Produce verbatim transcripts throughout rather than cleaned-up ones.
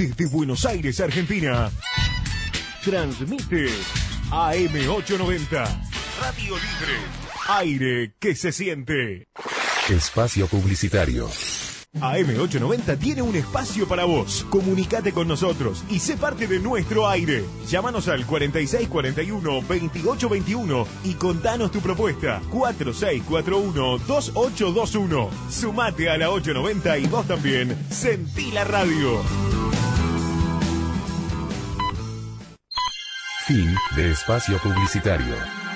desde Buenos Aires, Argentina. Transmite A M ochocientos noventa, Radio Libre, aire que se siente. Espacio publicitario. A M ochocientos noventa tiene un espacio para vos. Comunicate con nosotros y sé parte de nuestro aire. Llámanos al cuarenta y seis cuarenta y uno veintiocho veintiuno y contanos tu propuesta. cuatro seis cuatro uno dos ocho dos uno. Sumate a la ochocientos noventa y vos también sentí la radio. Fin de espacio publicitario.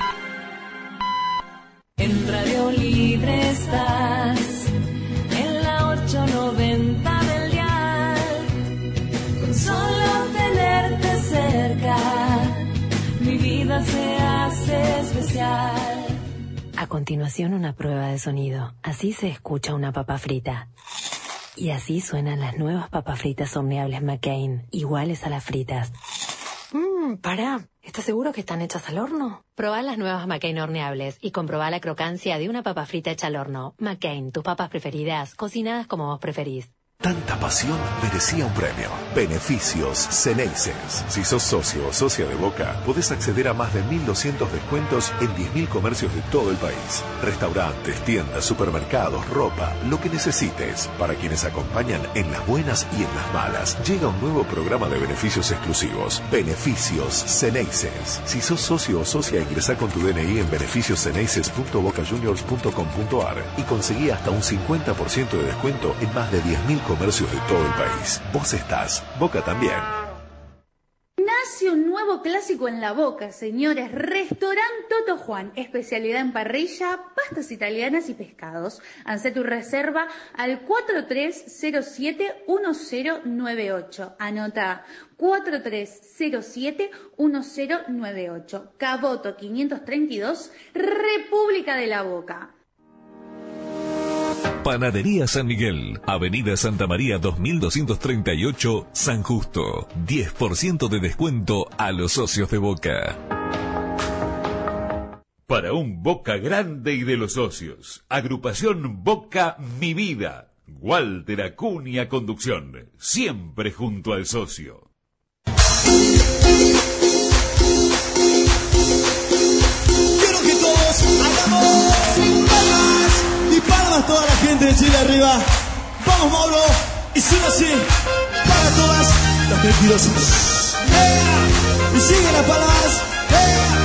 En Radio Libre estás, en la ochocientos noventa del dial. Con solo tenerte cerca, mi vida se hace especial. A continuación, una prueba de sonido. Así se escucha una papa frita. Y así suenan las nuevas papas fritas horneables McCain, iguales a las fritas. Mmm, pará. ¿Estás seguro que están hechas al horno? Probá las nuevas McCain horneables y comprobá la crocancia de una papa frita hecha al horno. McCain, tus papas preferidas, cocinadas como vos preferís. Tanta pasión merecía un premio. Beneficios Ceneices. Si sos socio o socia de Boca, podés acceder a más de mil doscientos descuentos en diez mil comercios de todo el país. Restaurantes, tiendas, supermercados, ropa, lo que necesites. Para quienes acompañan en las buenas y en las malas, llega un nuevo programa de beneficios exclusivos. Beneficios Ceneices. Si sos socio o socia, ingresá con tu D N I en beneficios ceneices punto boca juniors punto com punto a r y conseguí hasta un cincuenta por ciento de descuento en más de diez mil comercios de todo el país. Vos estás, Boca también. Nace un nuevo clásico en la Boca, señores. Restaurante Toto Juan, especialidad en parrilla, pastas italianas y pescados. Hacé tu reserva al cuatro tres cero siete uno cero nueve ocho. Anota cuatro tres cero siete uno cero nueve ocho. Caboto quinientos treinta y dos, República de la Boca. Panadería San Miguel, Avenida Santa María dos mil doscientos treinta y ocho, San Justo. diez por ciento de descuento a los socios de Boca. Para un Boca grande y de los socios. Agrupación Boca Mi Vida. Walter Acuña Conducción. Siempre junto al socio. Quiero que todos hagamos palmas y palmas toda la gente de Chile arriba. Vamos, Mauro, y suena así para todas las mentirosas. ¡Eh! Y siguen las palmas. ¡Eh!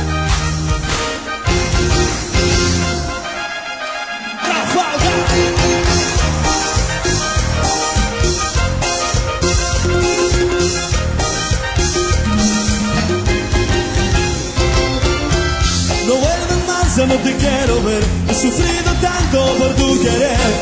No vuelvas más, ya no te quiero ver. He sufrido tanto por tu querer.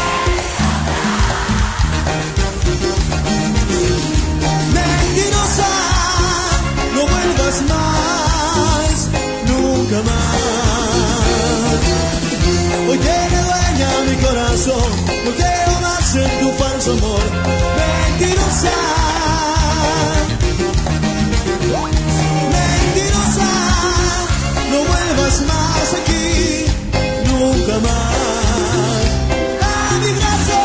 Mentirosa, no vuelvas más, nunca más. Hoy tiene dueña mi corazón, no creo más en tu falso amor. Mentirosa, mentirosa, no vuelvas más aquí, nunca más a mi brazo.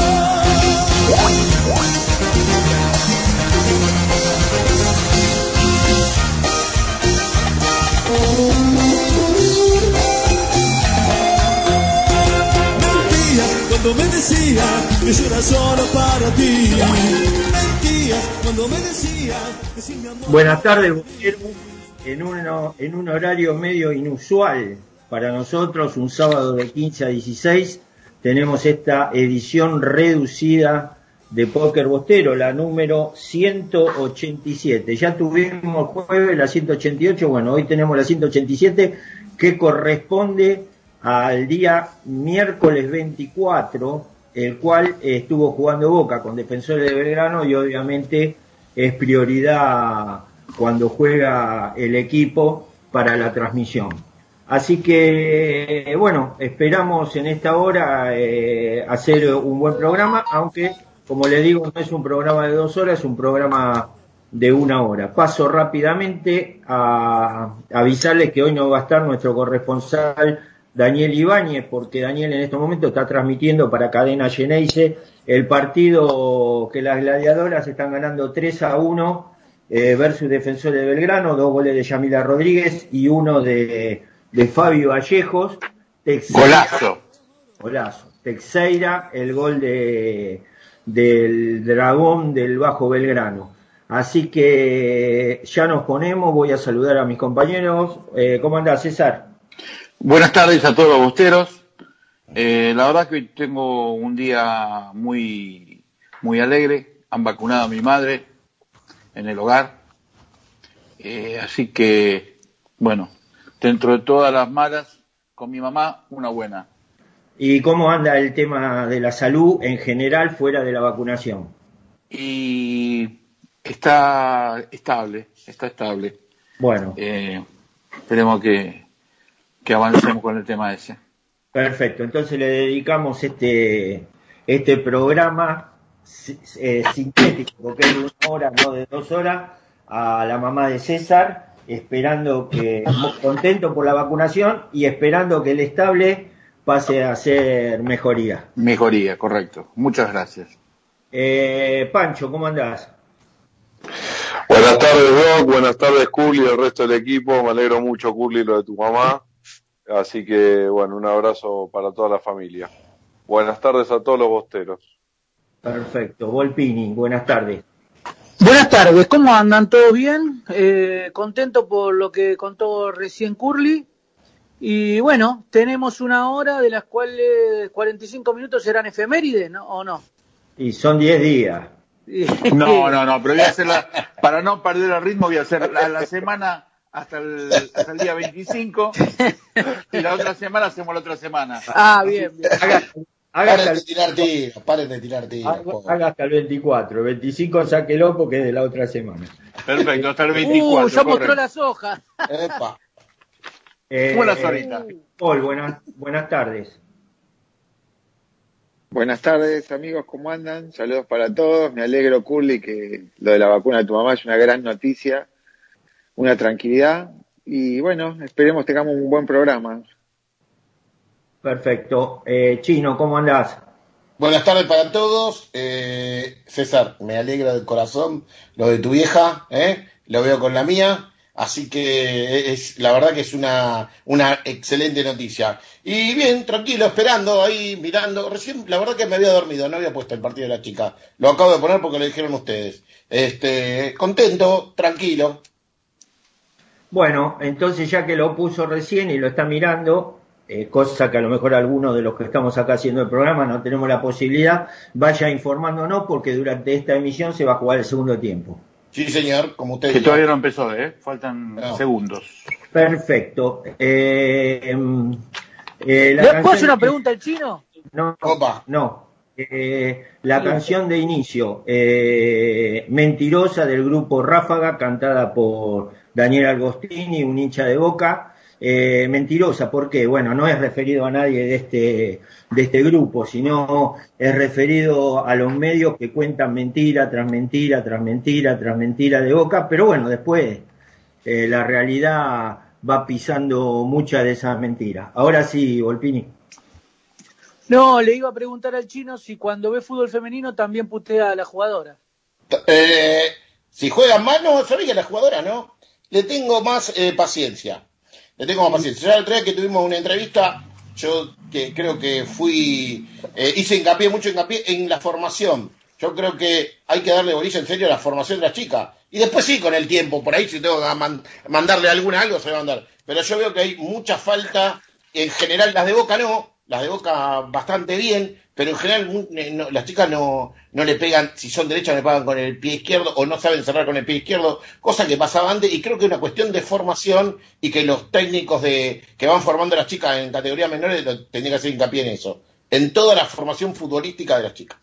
Mentías cuando me decías que yo era solo para ti. Mentías cuando me decías que sin mi amor. Buenas tardes, en, uno, en un horario medio inusual para nosotros, un sábado de quince a dieciséis, tenemos esta edición reducida de Póker Bostero, la número ciento ochenta y siete. Ya tuvimos jueves la ciento ochenta y ocho, bueno, hoy tenemos la ciento ochenta y siete, que corresponde al día miércoles veinticuatro, el cual estuvo jugando Boca con Defensores de Belgrano, y obviamente es prioridad cuando juega el equipo para la transmisión. Así que, bueno, esperamos en esta hora eh, hacer un buen programa, aunque, como les digo, no es un programa de dos horas, es un programa de una hora. Paso rápidamente a avisarles que hoy no va a estar nuestro corresponsal Daniel Ibáñez, porque Daniel en este momento está transmitiendo para Cadena Geneise el partido que las gladiadoras están ganando tres a uno eh, versus Defensores de Belgrano, dos goles de Yamila Rodríguez y uno de, de Fabio Vallejos. Texeira, golazo. Golazo. Texeira, el gol de del Dragón del Bajo Belgrano. Así que ya nos ponemos, voy a saludar a mis compañeros. Eh, ¿Cómo andás, César? Buenas tardes a todos los bosteros. Eh, la verdad que hoy tengo un día muy, muy alegre. Han vacunado a mi madre en el hogar. Eh, así que, bueno, dentro de todas las malas, con mi mamá, una buena. ¿Y cómo anda el tema de la salud en general fuera de la vacunación? Y está estable, está estable. Bueno. Eh, esperemos que, que avancemos con el tema ese. Perfecto, entonces le dedicamos este este programa eh, sintético, porque es de una hora, no de dos horas, a la mamá de César, esperando que, contento por la vacunación y esperando que el estable pase a ser mejoría. Mejoría, correcto. Muchas gracias. Eh, Pancho, ¿cómo andás? Buenas tardes, Doc. Buenas tardes, Curly y el resto del equipo. Me alegro mucho, Curly, lo de tu mamá. Así que, bueno, un abrazo para toda la familia. Buenas tardes a todos los bosteros. Perfecto. Volpini, buenas tardes. Buenas tardes, ¿cómo andan? ¿Todo bien? Eh, contento por lo que contó recién Curly. Y bueno, tenemos una hora de las cuales cuarenta y cinco minutos serán efemérides, ¿no? ¿O no? Y son diez días. No, no, no, pero voy a hacerla, para no perder el ritmo, voy a hacer la, la semana hasta el, hasta el día veinticinco y la otra semana hacemos la otra semana. Ah, bien, bien. Haga, haga paren hasta de tirar tiros, paren de tirar tiros. Haga, haga hasta el veinticuatro, el veinticinco sáquelo porque es de la otra semana. Perfecto, hasta el veinticuatro. Uh, ya mostró las hojas. Epa. Eh, Buenas horitas. Paul, buenas, buenas tardes. Buenas tardes, amigos, ¿cómo andan? Saludos para todos. Me alegro, Curly, que lo de la vacuna de tu mamá es una gran noticia, una tranquilidad. Y bueno, esperemos tengamos un buen programa. Perfecto. Eh, Chino, ¿cómo andás? Buenas tardes para todos. Eh, César, me alegra del corazón lo de tu vieja, ¿eh? Lo veo con la mía. Así que es la verdad que es una una excelente noticia. Y bien, tranquilo, esperando ahí, mirando. Recién, la verdad que me había dormido, no había puesto el partido de la chica. Lo acabo de poner porque lo dijeron ustedes. Este, contento, tranquilo. Bueno, entonces ya que lo puso recién y lo está mirando, eh, cosa que a lo mejor algunos de los que estamos acá haciendo el programa no tenemos la posibilidad, vaya informándonos porque durante esta emisión se va a jugar el segundo tiempo. Sí, señor, como usted Que dice. todavía no empezó, ¿eh? Faltan no. segundos. Perfecto. Eh, eh, la ¿Le canción... puedo hacer una pregunta al Chino? No, Opa. no. Eh, la canción de inicio, eh, Mentirosa, del grupo Ráfaga, cantada por Daniel Agostini, un hincha de Boca. Eh, mentirosa, ¿por qué? Bueno, no es referido a nadie de este de este grupo, sino es referido a los medios que cuentan mentira tras mentira, tras mentira, tras mentira de Boca, pero bueno, después eh, la realidad va pisando muchas de esas mentiras. Ahora sí, Volpini. No, le iba a preguntar al Chino si cuando ve fútbol femenino también putea a la jugadora. Eh, si juegan mal, no, sabía que la jugadora, ¿no? Le tengo más eh, paciencia. Le tengo más paciencia. Ya el otro día que tuvimos una entrevista, yo que creo que fui, eh, hice hincapié, mucho hincapié en la formación. Yo creo que hay que darle bolilla en serio a la formación de las chicas. Y después sí, con el tiempo, por ahí si tengo que man- mandarle alguna algo, se va a mandar. Pero yo veo que hay mucha falta, en general las de Boca no, las de Boca bastante bien, pero en general no, las chicas no, no le pegan, si son derechas le pegan con el pie izquierdo o no saben cerrar con el pie izquierdo, cosa que pasaba antes, y creo que es una cuestión de formación y que los técnicos de que van formando a las chicas en categorías menores tendrían que hacer hincapié en eso, en toda la formación futbolística de las chicas.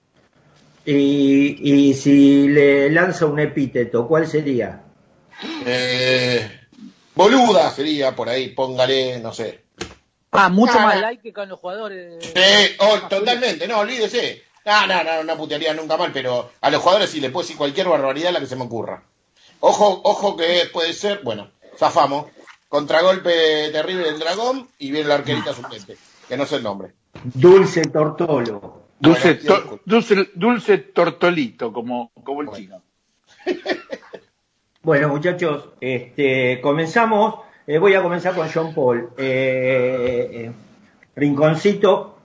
Y, y si le lanza un epíteto, ¿cuál sería? Eh, boluda sería por ahí, póngale, no sé. Ah, mucho Ah, más no. like que con los jugadores. Sí, oh, totalmente, no, olvídese. No, no, no, no putearía nunca mal, pero a los jugadores sí le puedo decir cualquier barbaridad la que se me ocurra. Ojo, ojo que puede ser, bueno, zafamos. Contragolpe terrible del Dragón y viene la arquerita suplente, que no sé el nombre. Dulce Tortolo. Dulce, to, dulce, dulce tortolito, como, como el bueno. chino. Bueno, muchachos, este, comenzamos. Eh, voy a comenzar con John Paul. Eh, eh, rinconcito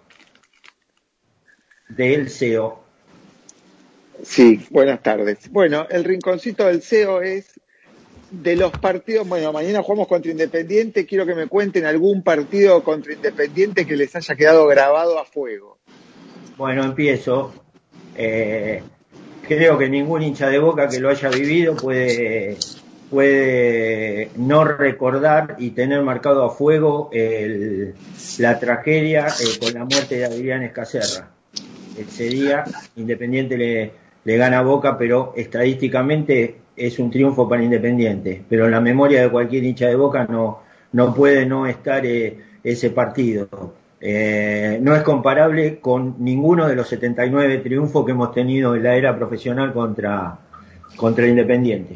del C E O. Sí, buenas tardes. Bueno, el rinconcito del C E O es de los partidos. Bueno, mañana jugamos contra Independiente. Quiero que me cuenten algún partido contra Independiente que les haya quedado grabado a fuego. Bueno, empiezo. Eh, creo que ningún hincha de Boca que lo haya vivido puede, puede no recordar y tener marcado a fuego el, la tragedia eh, con la muerte de Adrián Escacerra. Ese día Independiente le, le gana a Boca, pero estadísticamente es un triunfo para Independiente. Pero en la memoria de cualquier hincha de Boca no, no puede no estar eh, ese partido. Eh, no es comparable con ninguno de los setenta y nueve triunfos que hemos tenido en la era profesional contra, contra Independiente.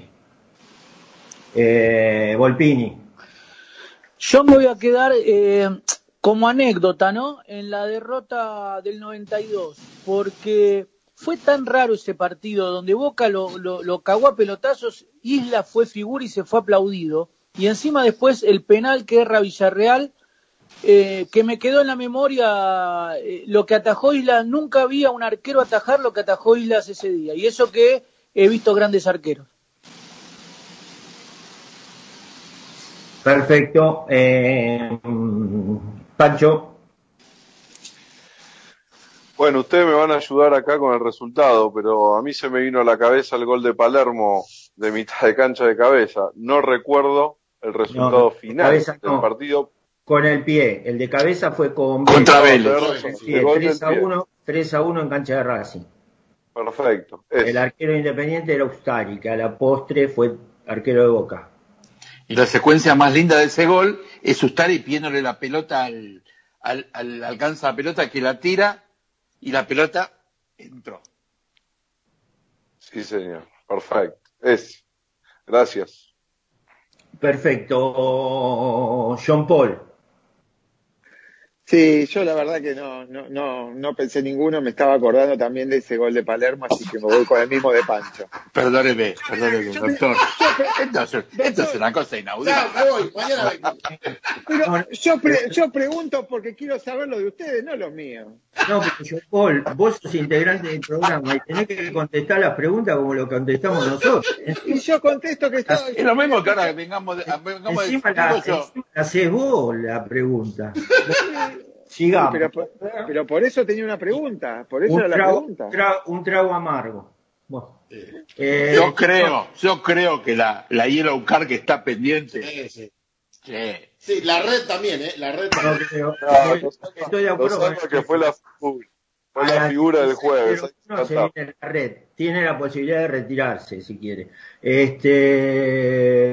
Eh, Volpini. Yo me voy a quedar eh, como anécdota, ¿no? En la derrota del noventa y dos, porque fue tan raro ese partido donde Boca lo, lo, lo cagó a pelotazos, Isla fue figura y se fue aplaudido, y encima después el penal que erra Villarreal. Eh, que me quedó en la memoria eh, lo que atajó Islas. Nunca había un arquero atajar lo que atajó Islas ese día, y eso que he visto grandes arqueros. Perfecto. eh, Pancho. Bueno, ustedes me van a ayudar acá con el resultado, pero a mí se me vino a la cabeza el gol de Palermo de mitad de cancha de cabeza. No recuerdo el resultado no, final del no. partido. Con el pie, el de cabeza fue con contra Vélez. tres a uno en cancha de Racing. Perfecto. Es. El arquero Independiente era Ustari, que a la postre fue arquero de Boca. Y la secuencia más linda de ese gol es Ustari pidiéndole la pelota al, al, al alcanza la pelota, que la tira y la pelota entró. Sí, señor. Perfecto. Es. Gracias. Perfecto. John Paul. Sí, yo la verdad que no, no, no, no pensé ninguno, me estaba acordando también de ese gol de Palermo, así que me voy con el mismo de Pancho. Perdóneme, perdóneme, doctor. Entonces, esto es una cosa inaudita. Ya, voy, mañana vengo. Pero yo, pre, yo pregunto porque quiero saber lo de ustedes, no los míos. No, porque John Paul, vos sos integrante del programa y tenés que contestar las preguntas como lo contestamos nosotros. Y yo contesto que estaba... Es lo mismo que ahora vengamos de... Vengamos encima de la, yo. encima la haces vos la pregunta. Sigamos. Pero, pero por eso tenía una pregunta, por eso un era la trago, pregunta. Tra, un trago amargo. Bueno, eh, yo creo, yo creo que la, la Yellow Card que está pendiente. Sí, sí. Sí. Sí, la red también, ¿eh? La red también. No, creo, no, estoy, estoy de acuerdo con que fue la, fue la figura del jueves. No se viene la red, tiene la posibilidad de retirarse si quiere. Este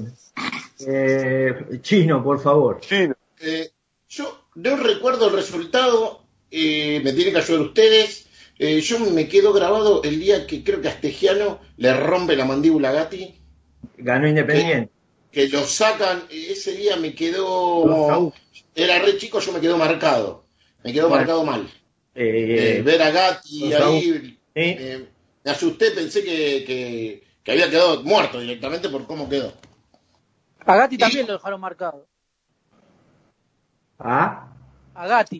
eh, Chino, por favor. Chino. Eh, yo no recuerdo el resultado, eh, me tienen que ayudar ustedes. Eh, yo me quedo grabado el día que creo que Astegiano le rompe la mandíbula a Gatti. Ganó Independiente. Que, que lo sacan, ese día me quedó... Era re chico, yo me quedo marcado. Me quedó bueno, marcado mal. Eh, eh, ver a Gatti ahí... ¿Eh? Eh, me asusté, pensé que, que, que había quedado muerto directamente por cómo quedó. A Gatti también y... lo dejaron marcado. ¿Ah? A Gatti.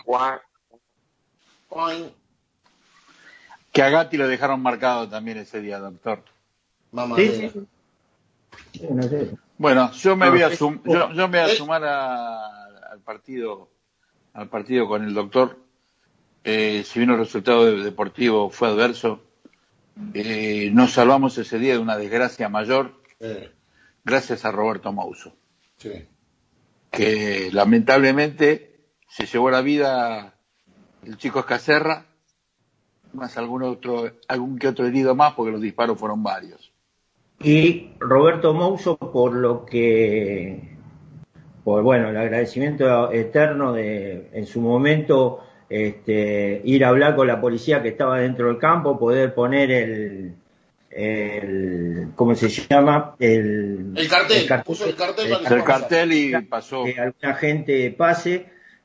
Que a Gatti lo dejaron marcado también ese día, doctor. Mamá sí, sí, sí. Sí, no sé. Bueno, yo me voy a, sum, yo, yo me voy a sumar a, al partido al partido con el doctor. Eh, si bien el resultado deportivo fue adverso, eh, nos salvamos ese día de una desgracia mayor sí. gracias a Roberto Mouso. Sí. Que lamentablemente se llevó la vida el chico Escacerra, más algún otro, algún que otro herido más, porque los disparos fueron varios. Y Roberto Mouso, por lo que, por bueno, el agradecimiento eterno de, en su momento, este, ir a hablar con la policía que estaba dentro del campo, poder poner el, el ¿cómo se llama? El, el cartel, el cartel, puso el cartel, el, el cartel y pasó. Que alguna gente pase,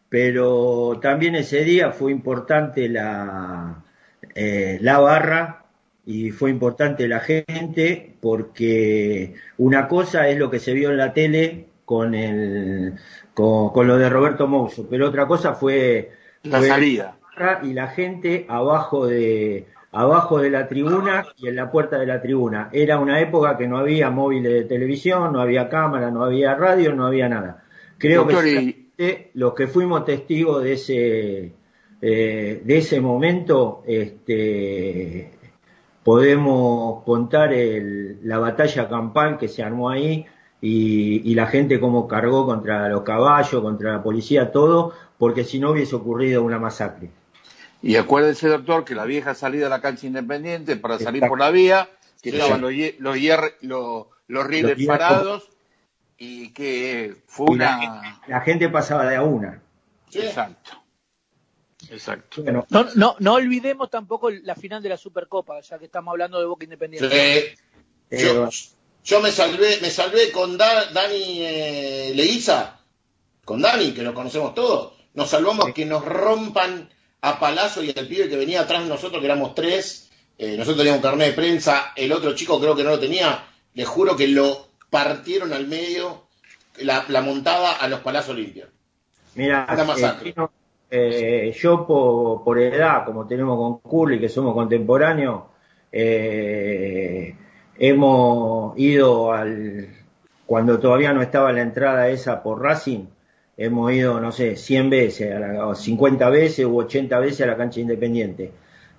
pero también ese día fue importante la, eh, la barra y fue importante la gente, porque una cosa es lo que se vio en la tele con el con, con lo de Roberto Mouso, pero otra cosa fue la fue salida la barra y la gente abajo de abajo de la tribuna y en la puerta de la tribuna. Era una época que no había móviles de televisión, no había cámara, no había radio, no había nada. Creo Doctor, que y... los que fuimos testigos de ese eh, de ese momento, este, podemos contar el, la batalla campal que se armó ahí y, y la gente cómo cargó contra los caballos, contra la policía, todo, porque si no hubiese ocurrido una masacre. Y acuérdese, doctor, que la vieja salida de la cancha Independiente para salir por la vía, que sí, estaban los, los, hier, los, los rieles parados y que fue y una... La, la gente pasaba de a una. Sí. Exacto. Exacto. Bueno. No, no, no olvidemos tampoco la final de la Supercopa, ya que estamos hablando de Boca Independiente. Sí. Yo, yo me salvé, me salvé con da, Dani eh, Leiza, con Dani, que lo conocemos todos. Nos salvamos sí. que nos rompan a Palazzo y al pibe que venía atrás de nosotros, que éramos tres. Eh, nosotros teníamos un carnet de prensa, el otro chico creo que no lo tenía. Les juro que lo partieron al medio, la, la montada a los Palazzo limpios. Mira, eh, eh, yo por, por edad, como tenemos con Curly, que somos contemporáneos, eh, hemos ido al, cuando todavía no estaba la entrada esa por Racing, hemos ido, no sé, cien veces, a la, o cincuenta veces u ochenta veces a la cancha Independiente.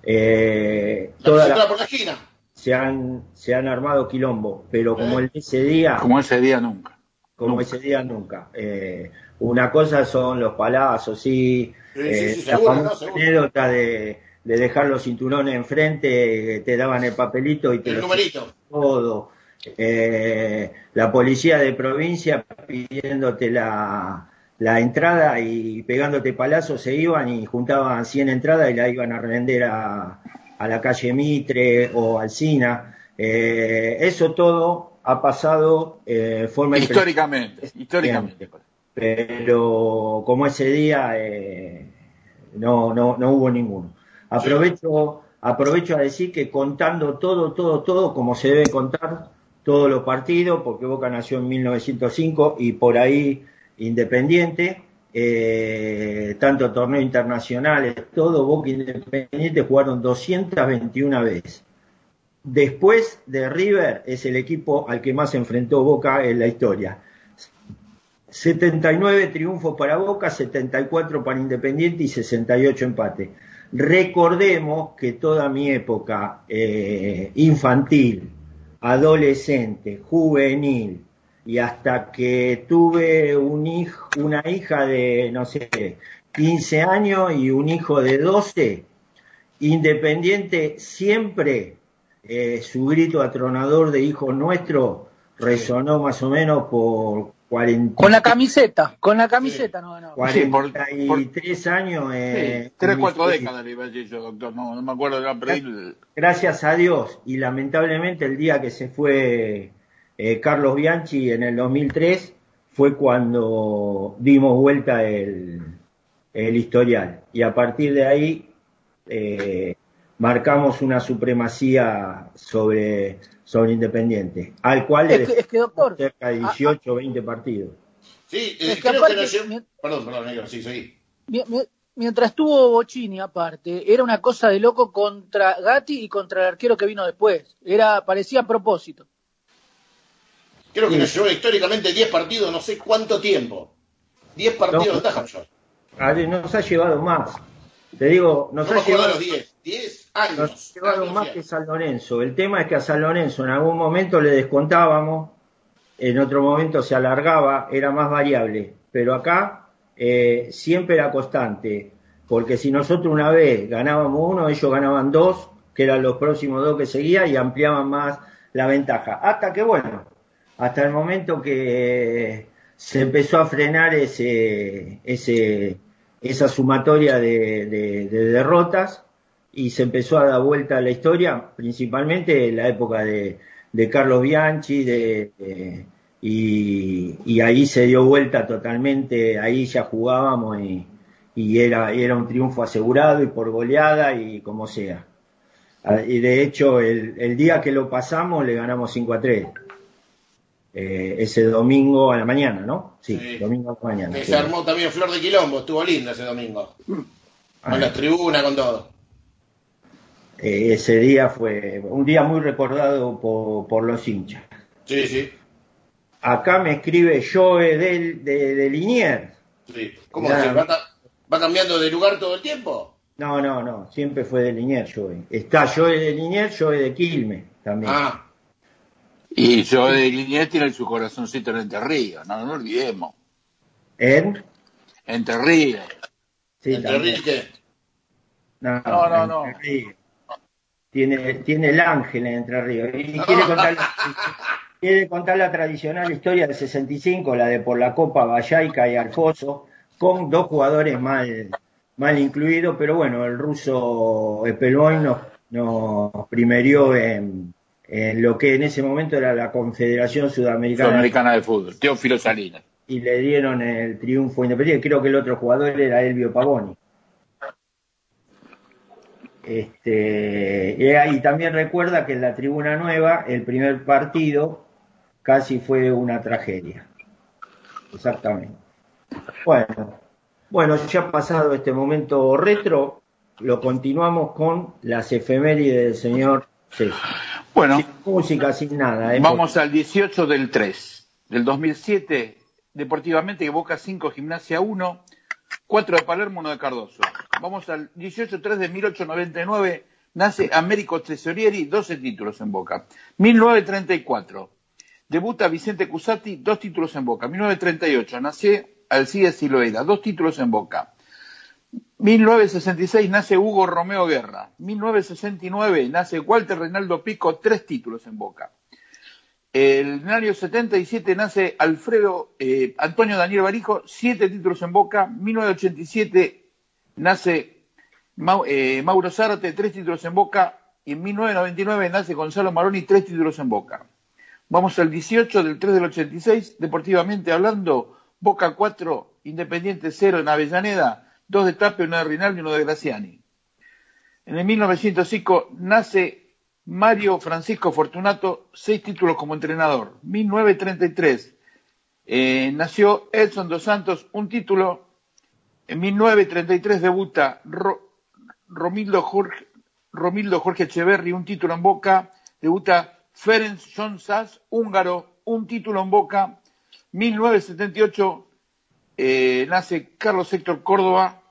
Eh, la toda la, por la esquina. Se han, se han armado quilombo, pero como eh. el ese día... Como ese día nunca. Como nunca. ese día nunca. Eh, una cosa son los palazos, sí, sí, eh, sí, sí la seguro, famosa no, anécdota de, de dejar los cinturones enfrente, te daban el papelito y te el lo numerito. Todo. Eh, la policía de provincia pidiéndote la... la entrada y pegándote palazos, se iban y juntaban cien entradas y la iban a revender a, a la calle Mitre o Alsina. Eh, eso todo ha pasado eh, forma históricamente, históricamente. Pero como ese día eh, no, no, no hubo ninguno. Aprovecho, aprovecho a decir que contando todo, todo, todo, como se debe contar todos los partidos, porque Boca nació en mil novecientos cinco y por ahí Independiente, eh, tanto torneos internacionales, todo, Boca e Independiente jugaron doscientas veintiuna veces. Después de River es el equipo al que más se enfrentó Boca en la historia. setenta y nueve triunfos para Boca, setenta y cuatro para Independiente y sesenta y ocho empates. Recordemos que toda mi época eh, infantil, adolescente, juvenil, y hasta que tuve un hijo, una hija de, no sé, quince años y un hijo de doce, Independiente siempre, eh, su grito atronador de hijo nuestro resonó más o menos por cuarenta... Con la camiseta, con la camiseta, sí. no, no. cuarenta y tres años. Eh, sí, tres, cuatro décadas le iba a decir yo, doctor, no, no me acuerdo de la pero... Gracias a Dios, y lamentablemente el día que se fue... Eh, Carlos Bianchi en el dos mil tres fue cuando dimos vuelta el, el historial y a partir de ahí eh, marcamos una supremacía sobre, sobre Independiente, al cual es que, es que, doctor, cerca de dieciocho o veinte partidos. Sí, eh, es que creo aparte, que no mi... Perdón, perdón, negro, sí, sí. Mi, mi, mientras estuvo Bocini aparte, era una cosa de loco contra Gatti y contra el arquero que vino después. Era, parecía a propósito. Creo que sí. Nos llevó históricamente diez partidos, no sé cuánto tiempo. diez partidos no, de ventaja, yo. Nos ha llevado más. Te digo, nos no ha llevado los diez, diez años. Nos ha llevado años más ya. que San Lorenzo. El tema es que a San Lorenzo en algún momento le descontábamos, en otro momento se alargaba, era más variable. Pero acá eh, siempre era constante. Porque si nosotros una vez ganábamos uno, ellos ganaban dos, que eran los próximos dos que seguían, y ampliaban más la ventaja. Hasta que, bueno, hasta el momento que se empezó a frenar ese, ese, esa sumatoria de, de, de derrotas y se empezó a dar vuelta a la historia, principalmente en la época de, de Carlos Bianchi, de, de, y, y ahí se dio vuelta totalmente, ahí ya jugábamos y, y era, era un triunfo asegurado y por goleada y como sea. Y de hecho, el, el día que lo pasamos le ganamos cinco a tres. Eh, ese domingo a la mañana, ¿no? Sí, sí. Domingo a la mañana. Que sí. Se armó también Flor de Quilombo, estuvo lindo ese domingo. Ah, con la tribuna, con todo. Eh, ese día fue un día muy recordado por, por los hinchas. Sí, sí. Acá me escribe Joe de, de, de Liniers. Sí. ¿Cómo se va, va cambiando de lugar todo el tiempo? No, no, no, siempre fue de Liniers Joe. Está Joe de Liniers, Joe de Quilmes también. Ah. Y Joe de Liniers tiene su corazoncito en Entre Ríos, no nos olvidemos. ¿En? Entre Ríos. Sí, ¿Entre Ríos qué? No, no, no. no. Tiene, tiene el ángel en Entre Ríos. Y quiere contar, la, quiere contar la tradicional historia del sesenta y cinco, la de por la Copa Vallaica y Alfoso, con dos jugadores mal, mal incluidos, pero bueno, el ruso Epelboy nos, nos primerió en, en lo que en ese momento era la Confederación Sudamericana, Sudamericana de Fútbol, Teófilo Salinas. Y le dieron el triunfo independiente. Creo que el otro jugador era Elvio Pavoni. Este, y también recuerda que en la Tribuna Nueva el primer partido casi fue una tragedia. Exactamente. Bueno, bueno, ya pasado este momento retro, lo continuamos con las efemérides del señor César. Bueno, sin música, sin nada. ¿eh? Vamos al dieciocho del tres del dos mil siete, deportivamente, Boca cinco, Gimnasia uno, cuatro de Palermo, uno de Cardoso. Vamos al dieciocho del tres de mil ochocientos noventa y nueve, nace Américo Tesorieri, doce títulos en Boca. mil novecientos treinta y cuatro, debuta Vicente Cusati, dos títulos en Boca. mil novecientos treinta y ocho, nace Alcides Siloeda, dos títulos en Boca. mil novecientos sesenta y seis, nace Hugo Romeo Guerra. mil novecientos sesenta y nueve, nace Walter Reinaldo Pico, tres títulos en Boca. En el año setenta y siete nace Alfredo eh, Antonio Daniel Barijo, siete títulos en Boca. mil novecientos ochenta y siete nace Ma, eh, Mauro Zárate, tres títulos en Boca. Y en mil novecientos noventa y nueve nace Gonzalo Maroni, tres títulos en Boca. Vamos al dieciocho del tres del ochenta y seis, deportivamente hablando, Boca cuatro, Independiente cero en Avellaneda, dos de Tapia, uno de Rinaldi y uno de Graciani. En el mil novecientos cinco nace Mario Francisco Fortunato, seis títulos como entrenador. mil novecientos treinta y tres eh, nació Edson Dos Santos, un título. En mil novecientos treinta y tres debuta Ro, Romildo, Jorge, Romildo Jorge Echeverri, un título en Boca. Debuta Ferenc John Sass, húngaro, un título en Boca. mil novecientos setenta y ocho eh, nace Carlos Héctor Córdoba.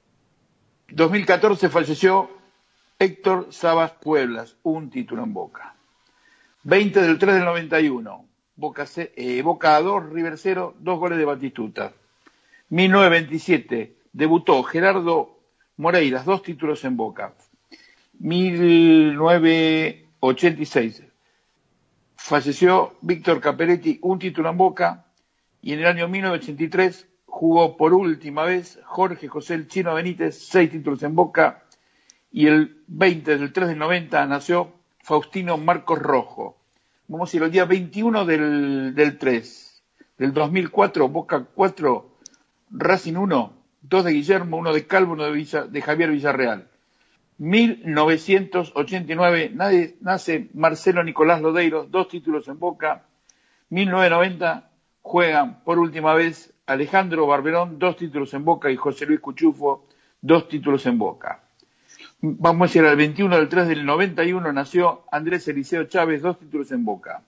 dos mil catorce falleció Héctor Sabas Pueblas, un título en Boca. veinte del tres del noventa y uno, Boca, eh, Boca dos, River cero, dos goles de Batistuta. mil novecientos veintisiete, debutó Gerardo Moreiras, dos títulos en Boca. mil novecientos ochenta y seis, falleció Víctor Caperetti, un título en Boca. Y en el año mil novecientos ochenta y tres jugó por última vez Jorge José El Chino Benítez, seis títulos en Boca. Y el veinte del tres del noventa nació Faustino Marcos Rojo. Vamos a ir al día veintiuno del, del tres del dos mil cuatro, Boca cuatro, Racing uno, dos de Guillermo, uno de Calvo, uno de, Villa, de Javier Villarreal. mil novecientos ochenta y nueve nadie, nace Marcelo Nicolás Lodeiro, dos títulos en Boca. mil novecientos noventa juegan por última vez Alejandro Barberón, dos títulos en Boca, y José Luis Cuchufo, dos títulos en Boca. Vamos a ir al veintiuno del tres del noventa y uno, nació Andrés Eliseo Chávez, dos títulos en Boca.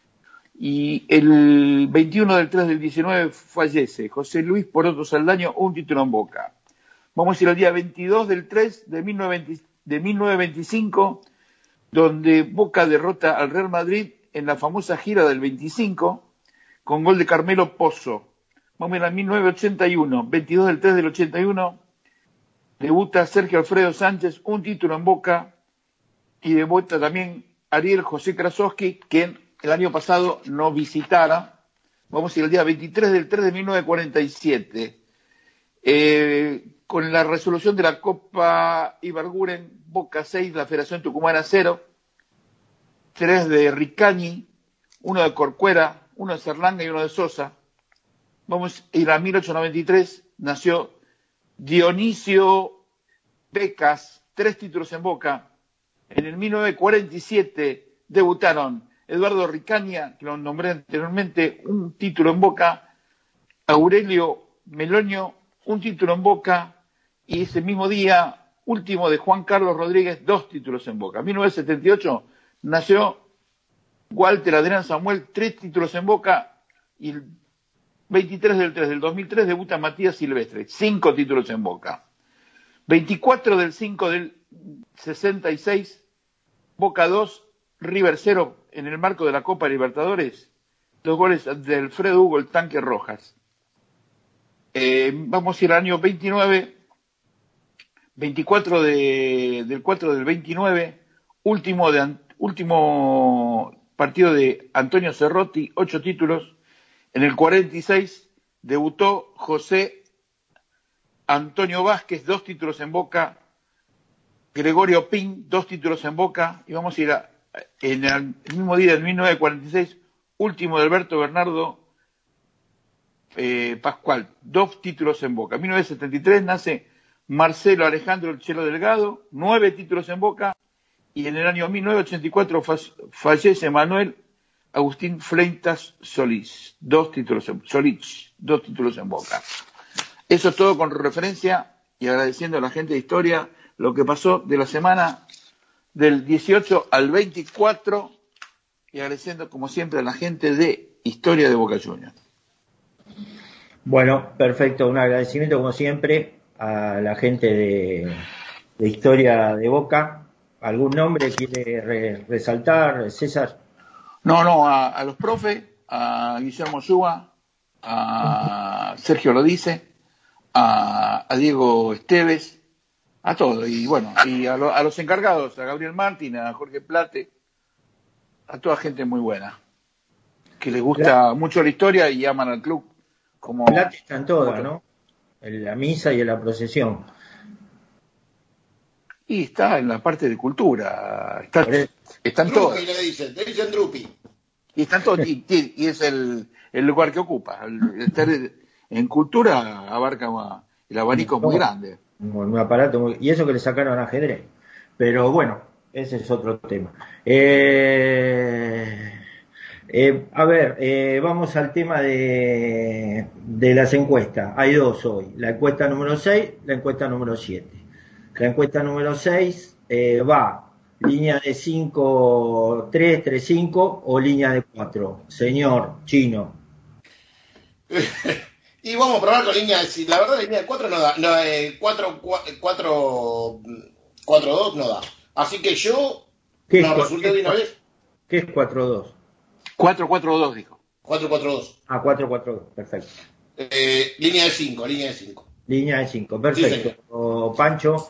Y el veintiuno del tres del diecinueve fallece José Luis Poroto Saldaño, un título en Boca. Vamos a ir al día veintidós del tres de mil novecientos veinticinco, donde Boca derrota al Real Madrid en la famosa gira del veinticinco, con gol de Carmelo Pozo. Vamos a ir a mil novecientos ochenta y uno, veintidós del tres del ochenta y uno, debuta Sergio Alfredo Sánchez, un título en Boca. Y debuta también Ariel José Krasowski, quien el año pasado no visitara. Vamos a ir al día veintitrés del tres de mil novecientos cuarenta y siete. Eh, con la resolución de la Copa Ibarguren, Boca seis, la Federación Tucumana cero. Tres de Ricañi, uno de Corcuera, uno de Serlanga y uno de Sosa. Vamos a ir a mil ochocientos noventa y tres, nació Dionisio Becas, tres títulos en Boca. En el mil novecientos cuarenta y siete debutaron Eduardo Ricaña, que lo nombré anteriormente, un título en Boca, Aurelio Melonio, un título en Boca, y ese mismo día, último de Juan Carlos Rodríguez, dos títulos en Boca. En mil novecientos setenta y ocho nació Walter Adrián Samuel, tres títulos en Boca, y el veintitrés del tres del dos mil tres debuta Matías Silvestre, cinco títulos en Boca. veinticuatro del cinco del sesenta y seis, Boca dos, River cero, en el marco de la Copa Libertadores, dos goles de Alfredo Hugo el Tanque Rojas. Eh, vamos a ir al año veintinueve, veinticuatro de, del cuatro del veintinueve, último, de, último partido de Antonio Cerrotti, ocho títulos. En el cuarenta y seis debutó José Antonio Vázquez, dos títulos en Boca. Gregorio Pin, dos títulos en Boca. Y vamos a ir a, en el mismo día del mil novecientos cuarenta y seis, último de Alberto Bernardo eh, Pascual, dos títulos en Boca. En mil novecientos setenta y tres nace Marcelo Alejandro El Chelo Delgado, nueve títulos en Boca. Y en el año mil novecientos ochenta y cuatro fallece Manuel Agustín Fleitas Solís, dos títulos en, Solís, dos títulos en Boca. Eso es todo con referencia y agradeciendo a la gente de Historia lo que pasó de la semana del dieciocho al veinticuatro y agradeciendo como siempre a la gente de Historia de Boca Juniors. Bueno, perfecto, un agradecimiento como siempre a la gente de, de Historia de Boca. ¿Algún nombre quiere re, resaltar, César? No, no, a, a los profes, a Guillermo Yuba, a Sergio Lodice, a, a Diego Esteves, a todos, y bueno, y a, lo, a los encargados, a Gabriel Martín, a Jorge Plate, a toda gente muy buena, que les gusta Plate. mucho la historia y aman al club. Como Plate está en todas, ¿no? En la misa y en la procesión. Y está en la parte de cultura, está, están todos. Le dicen, le dicen Drupi. Y están todos, y, y es el, el lugar que ocupa. El, estar en cultura abarca una, el abanico es muy grande. Un aparato muy, y eso que le sacaron ajedrez. Pero bueno, ese es otro tema. Eh, eh, a ver, eh, vamos al tema de, de las encuestas. Hay dos hoy. La encuesta número seis, la encuesta número siete. La encuesta número seis eh, va línea de cinco tres, tres cinco o línea de cuatro. Señor Chino. Y vamos a probar con línea de cinco. La verdad, la línea de cuatro no da. No, eh, cuatro, cuatro, cuatro, dos no da. Así que yo no resulté de una vez. ¿Qué es cuatro dos? cuatro cuatro dos dijo. cuatro cuatro dos. Ah, cuatro cuatro dos, perfecto. Eh, línea de cinco, línea de cinco. Línea de cinco, perfecto. Sí, Pancho.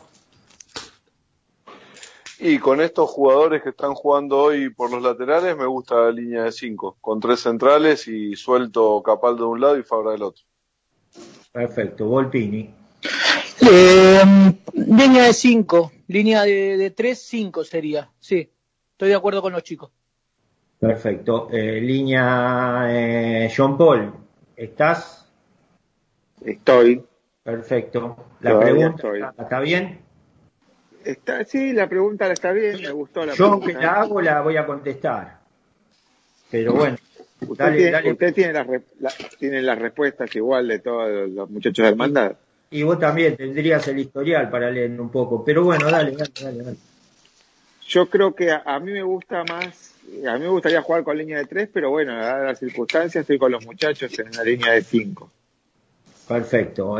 Y con estos jugadores que están jugando hoy por los laterales, me gusta la línea de cinco, con tres centrales y suelto Capaldo de un lado y Fabra del otro. Perfecto, Volpini. Eh, línea de cinco, línea de, de tres, cinco sería, sí, estoy de acuerdo con los chicos. Perfecto, eh, línea eh, John Paul, ¿estás? Estoy. Perfecto, la Todavía pregunta estoy. ¿está, ¿está bien? Está, sí, la pregunta está bien, me gustó la Yo pregunta. aunque la hago la voy a contestar. Pero bueno, usted, dale, tiene, dale. usted tiene, las, la, tiene las respuestas igual de todos los muchachos de Hermandad. Y vos también tendrías el historial para leer un poco. Pero bueno, dale, dale, dale. dale. Yo creo que a, a mí me gusta más, a mí me gustaría jugar con línea de tres, pero bueno, dadas las circunstancias, estoy con los muchachos en la línea de cinco. Perfecto.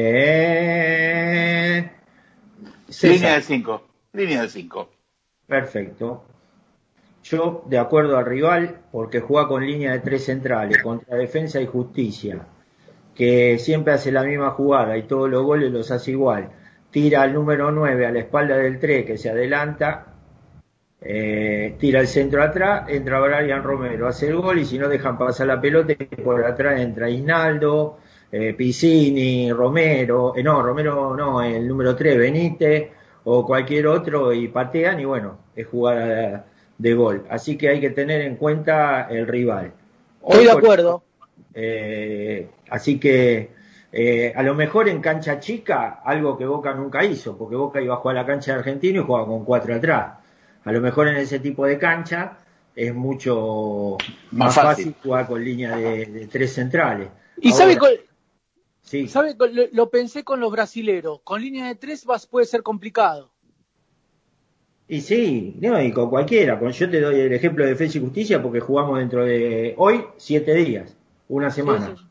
Eh... Línea de cinco. Línea de cinco. Perfecto. Yo, de acuerdo al rival, porque juega con línea de tres centrales, contra Defensa y Justicia, que siempre hace la misma jugada y todos los goles los hace igual. Tira al número nueve a la espalda del tres que se adelanta, eh, tira el centro atrás, entra Brian Romero, hace el gol y si no dejan pasar la pelota, por atrás entra Isnaldo, eh, Piscini, Romero, eh, no, Romero no, el número tres, Benítez o cualquier otro y patean y bueno, es jugada de gol. Así que hay que tener en cuenta el rival. Estoy de acuerdo. Eh, así que Eh, a lo mejor en cancha chica, algo que Boca nunca hizo, porque Boca iba a jugar a la cancha de Argentino y jugaba con cuatro atrás. A lo mejor en ese tipo de cancha es mucho más, más fácil. fácil jugar con línea de, de tres centrales. Y Ahora, sabe, con, sí. sabe lo, lo pensé con los brasileros, con línea de tres vas, puede ser complicado. Y sí, no, y con cualquiera. Con, yo te doy el ejemplo de Defensa y Justicia porque jugamos dentro de hoy siete días, una semana. Sí, sí.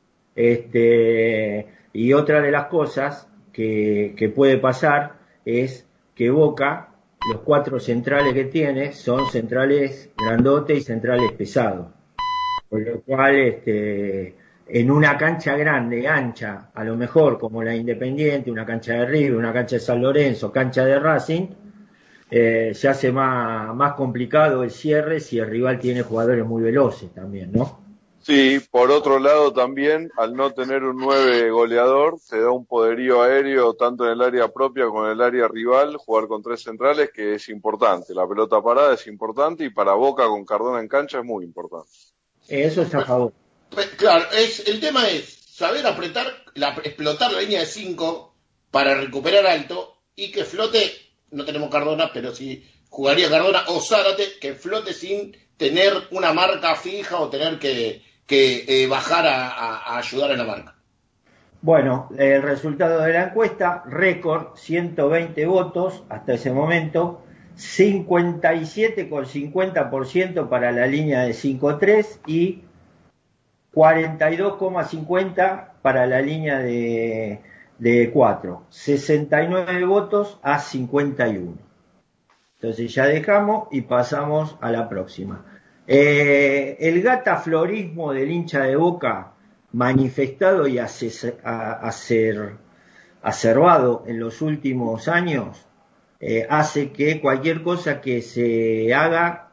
Este, y otra de las cosas que, que puede pasar es que Boca, los cuatro centrales que tiene, son centrales grandotes y centrales pesados. Por lo cual, este, en una cancha grande, ancha, a lo mejor como la Independiente, una cancha de River, una cancha de San Lorenzo, cancha de Racing, eh, se hace más, más complicado el cierre si el rival tiene jugadores muy veloces también, ¿no? Sí, por otro lado también, al no tener un nueve goleador, te da un poderío aéreo tanto en el área propia como en el área rival, jugar con tres centrales, que es importante. La pelota parada es importante y para Boca con Cardona en cancha es muy importante. Eso es a favor. Claro, es, el tema es saber apretar, la, explotar la línea de cinco para recuperar alto y que flote, no tenemos Cardona, pero sí jugaría Cardona o Zárate, que flote sin tener una marca fija o tener que... que eh, bajar a, a, a ayudar en la marca. Bueno, el resultado de la encuesta, récord, ciento veinte votos hasta ese momento, cincuenta y siete coma cincuenta por ciento para la línea de cinco tres y cuarenta y dos coma cincuenta para la línea de, de cuatro, sesenta y nueve votos a cincuenta y uno. Entonces ya dejamos y pasamos a la próxima. Eh, el gataflorismo del hincha de Boca, manifestado y acer, acer, acervado en los últimos años, eh, hace que cualquier cosa que se haga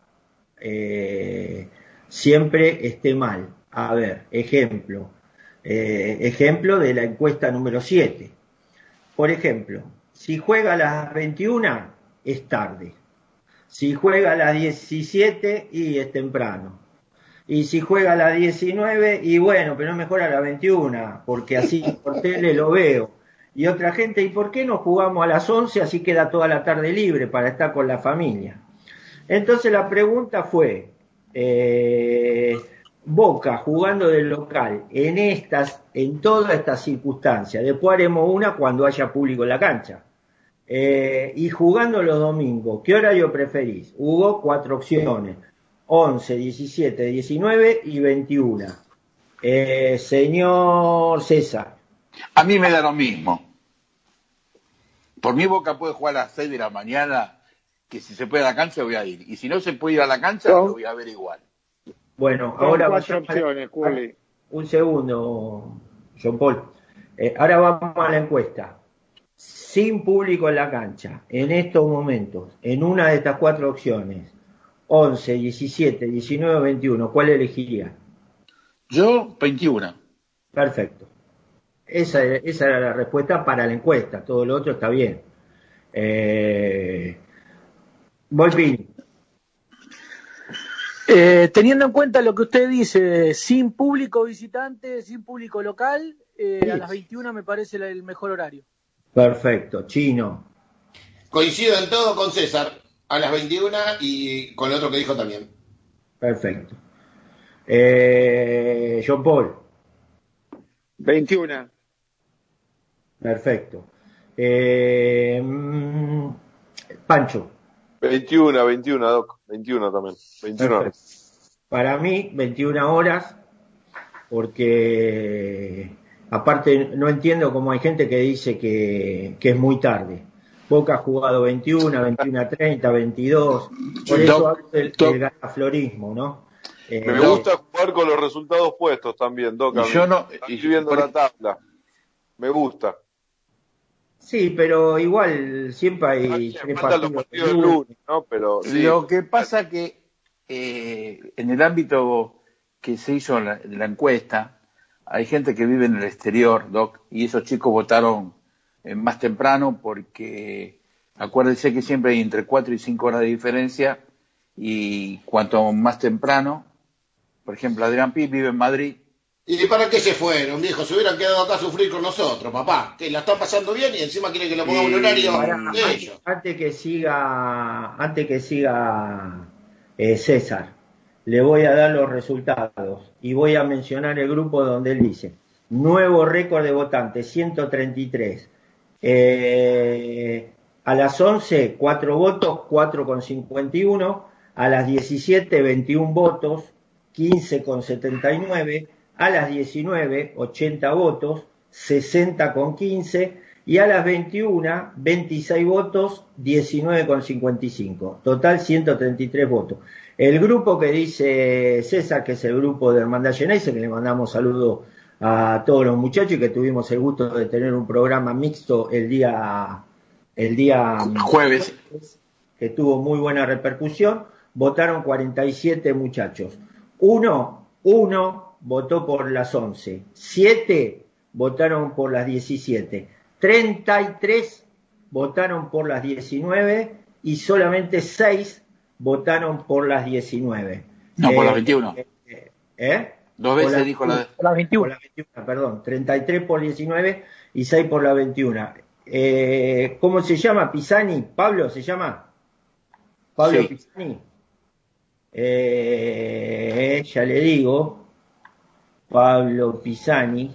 eh, siempre esté mal. A ver, ejemplo, eh, ejemplo de la encuesta número siete. Por ejemplo, si juega a las veintiuna, es tarde. Si juega a las diecisiete, y es temprano. Y si juega a las diecinueve, y bueno, pero mejor a las veintiuna, porque así por tele lo veo. Y otra gente, ¿y por qué no jugamos a las once? Así queda toda la tarde libre para estar con la familia. Entonces la pregunta fue, eh, Boca jugando del local en estas, en todas estas circunstancias, después haremos una cuando haya público en la cancha. Eh, y jugando los domingos, ¿qué horario preferís? Hubo cuatro opciones, once, diecisiete, diecinueve y veintiuna. Eh, señor César. A mí me da lo mismo. Por mi Boca puede jugar a las seis de la mañana, que si se puede a la cancha voy a ir. Y si no se puede ir a la cancha, ¿no? Lo voy a ver igual. Bueno, Son ahora cuatro opciones, Juli. Un segundo, John Paul. Eh, ahora vamos a la encuesta. Sin público en la cancha, en estos momentos, en una de estas cuatro opciones, once, diecisiete, diecinueve, veintiuno, ¿cuál elegiría? Yo, veintiuno. Perfecto. Esa, esa era la respuesta para la encuesta, todo lo otro está bien. Eh, Volpini. Eh, teniendo en cuenta lo que usted dice, sin público visitante, sin público local, eh, sí. A las veintiuna me parece el mejor horario. Perfecto, Chino. Coincido en todo con César, a las veintiuna y con lo otro que dijo también. Perfecto. Eh, John Paul. veintiuna. Perfecto. Eh, Pancho. veintiuna, veintiuna, Doc. veintiuna también. veintiuna. Perfecto. Para mí, veintiuna horas, porque aparte no entiendo cómo hay gente que dice que, que es muy tarde. Boca ha jugado veintiuna, veintiuna treinta, veintidós. Por eso hablo del, del gataflorismo, ¿no? Eh, Me gusta jugar con los resultados puestos también, Doc. Y yo no, estoy viendo por... la tabla. Me gusta. Sí, pero igual siempre hay ah, tres partidos, partidos del lunes, ¿no? Pero sí. Lo que pasa que eh, en el ámbito que se hizo la, la encuesta, hay gente que vive en el exterior, Doc, y esos chicos votaron eh, más temprano porque acuérdense que siempre hay entre cuatro y cinco horas de diferencia, y cuanto más temprano, por ejemplo, Adrián Pi vive en Madrid ¿Y para qué se fueron, viejo? Se hubieran quedado acá a sufrir con nosotros, papá. Que la están pasando bien y encima quieren que le pongamos un horario Para, de antes, ellos. antes que siga, antes que siga eh, César, le voy a dar los resultados y voy a mencionar el grupo donde él dice nuevo récord de votantes, ciento treinta y tres. Eh, a las once, cuatro votos, cuatro con cincuenta y uno. A las diecisiete, veintiún votos, quince con setenta y nueve. A las diecinueve, ochenta votos, sesenta con quince, y a las veintiuna, veintiséis votos, diecinueve con cincuenta y cinco. Total ciento treinta y tres votos. El grupo que dice César, que es el grupo de Hermandad Geneise, que le mandamos saludos a todos los muchachos y que tuvimos el gusto de tener un programa mixto el día, el día jueves, que tuvo muy buena repercusión. Votaron cuarenta y siete muchachos. Uno, uno votó por las once, siete votaron por las diecisiete, treinta y tres votaron por las diecinueve y solamente seis votaron por las diecinueve. No, eh, por las veintiuno. Eh, ¿eh? Dos veces la, dijo la... Por las veintiuno. Por la veintiuno, perdón, treinta y tres por diecinueve y seis por la veintiuno. Eh, ¿Cómo se llama? Pisani, Pablo, ¿se llama? Pablo sí. Pisani. Eh, ya le digo. Pablo Pisani,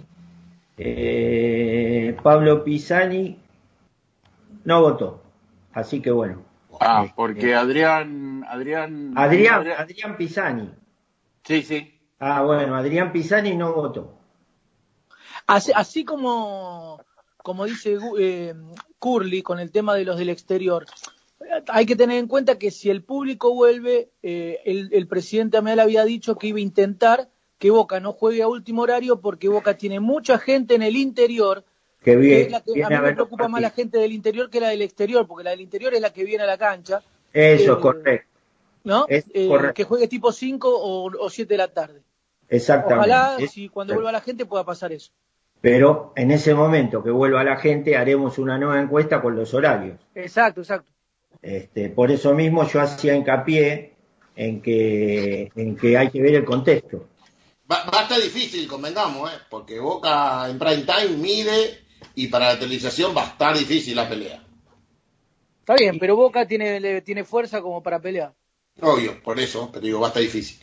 eh, Pablo Pisani no votó, así que bueno. Ah, porque Adrián, Adrián, Adrián, Adrián, Adrián Pisani. Sí, sí. Ah, bueno, Adrián Pisani no votó. Así, así como, como dice eh, Curly con el tema de los del exterior, hay que tener en cuenta que si el público vuelve, eh, el, el presidente Amel había dicho que iba a intentar que Boca no juegue a último horario porque Boca tiene mucha gente en el interior. Que bien, que es la que, a mí me preocupa más la gente del interior que la del exterior, porque la del interior es la que viene a la cancha. Eso, eh, correcto. ¿No? Es eh, correcto. Que juegue tipo cinco o, o siete de la tarde. Exactamente. Ojalá, es si cuando vuelva la gente pueda pasar eso. Pero en ese momento que vuelva la gente haremos una nueva encuesta con los horarios. Exacto, exacto. Este, por eso mismo yo hacía hincapié en que, en que hay que ver el contexto. Va, va a estar difícil, convengamos, ¿eh? Porque Boca en prime time mide y para la televisación va a estar difícil la pelea. Está bien, pero Boca tiene, tiene fuerza como para pelear. Obvio, por eso, pero digo, va a estar difícil.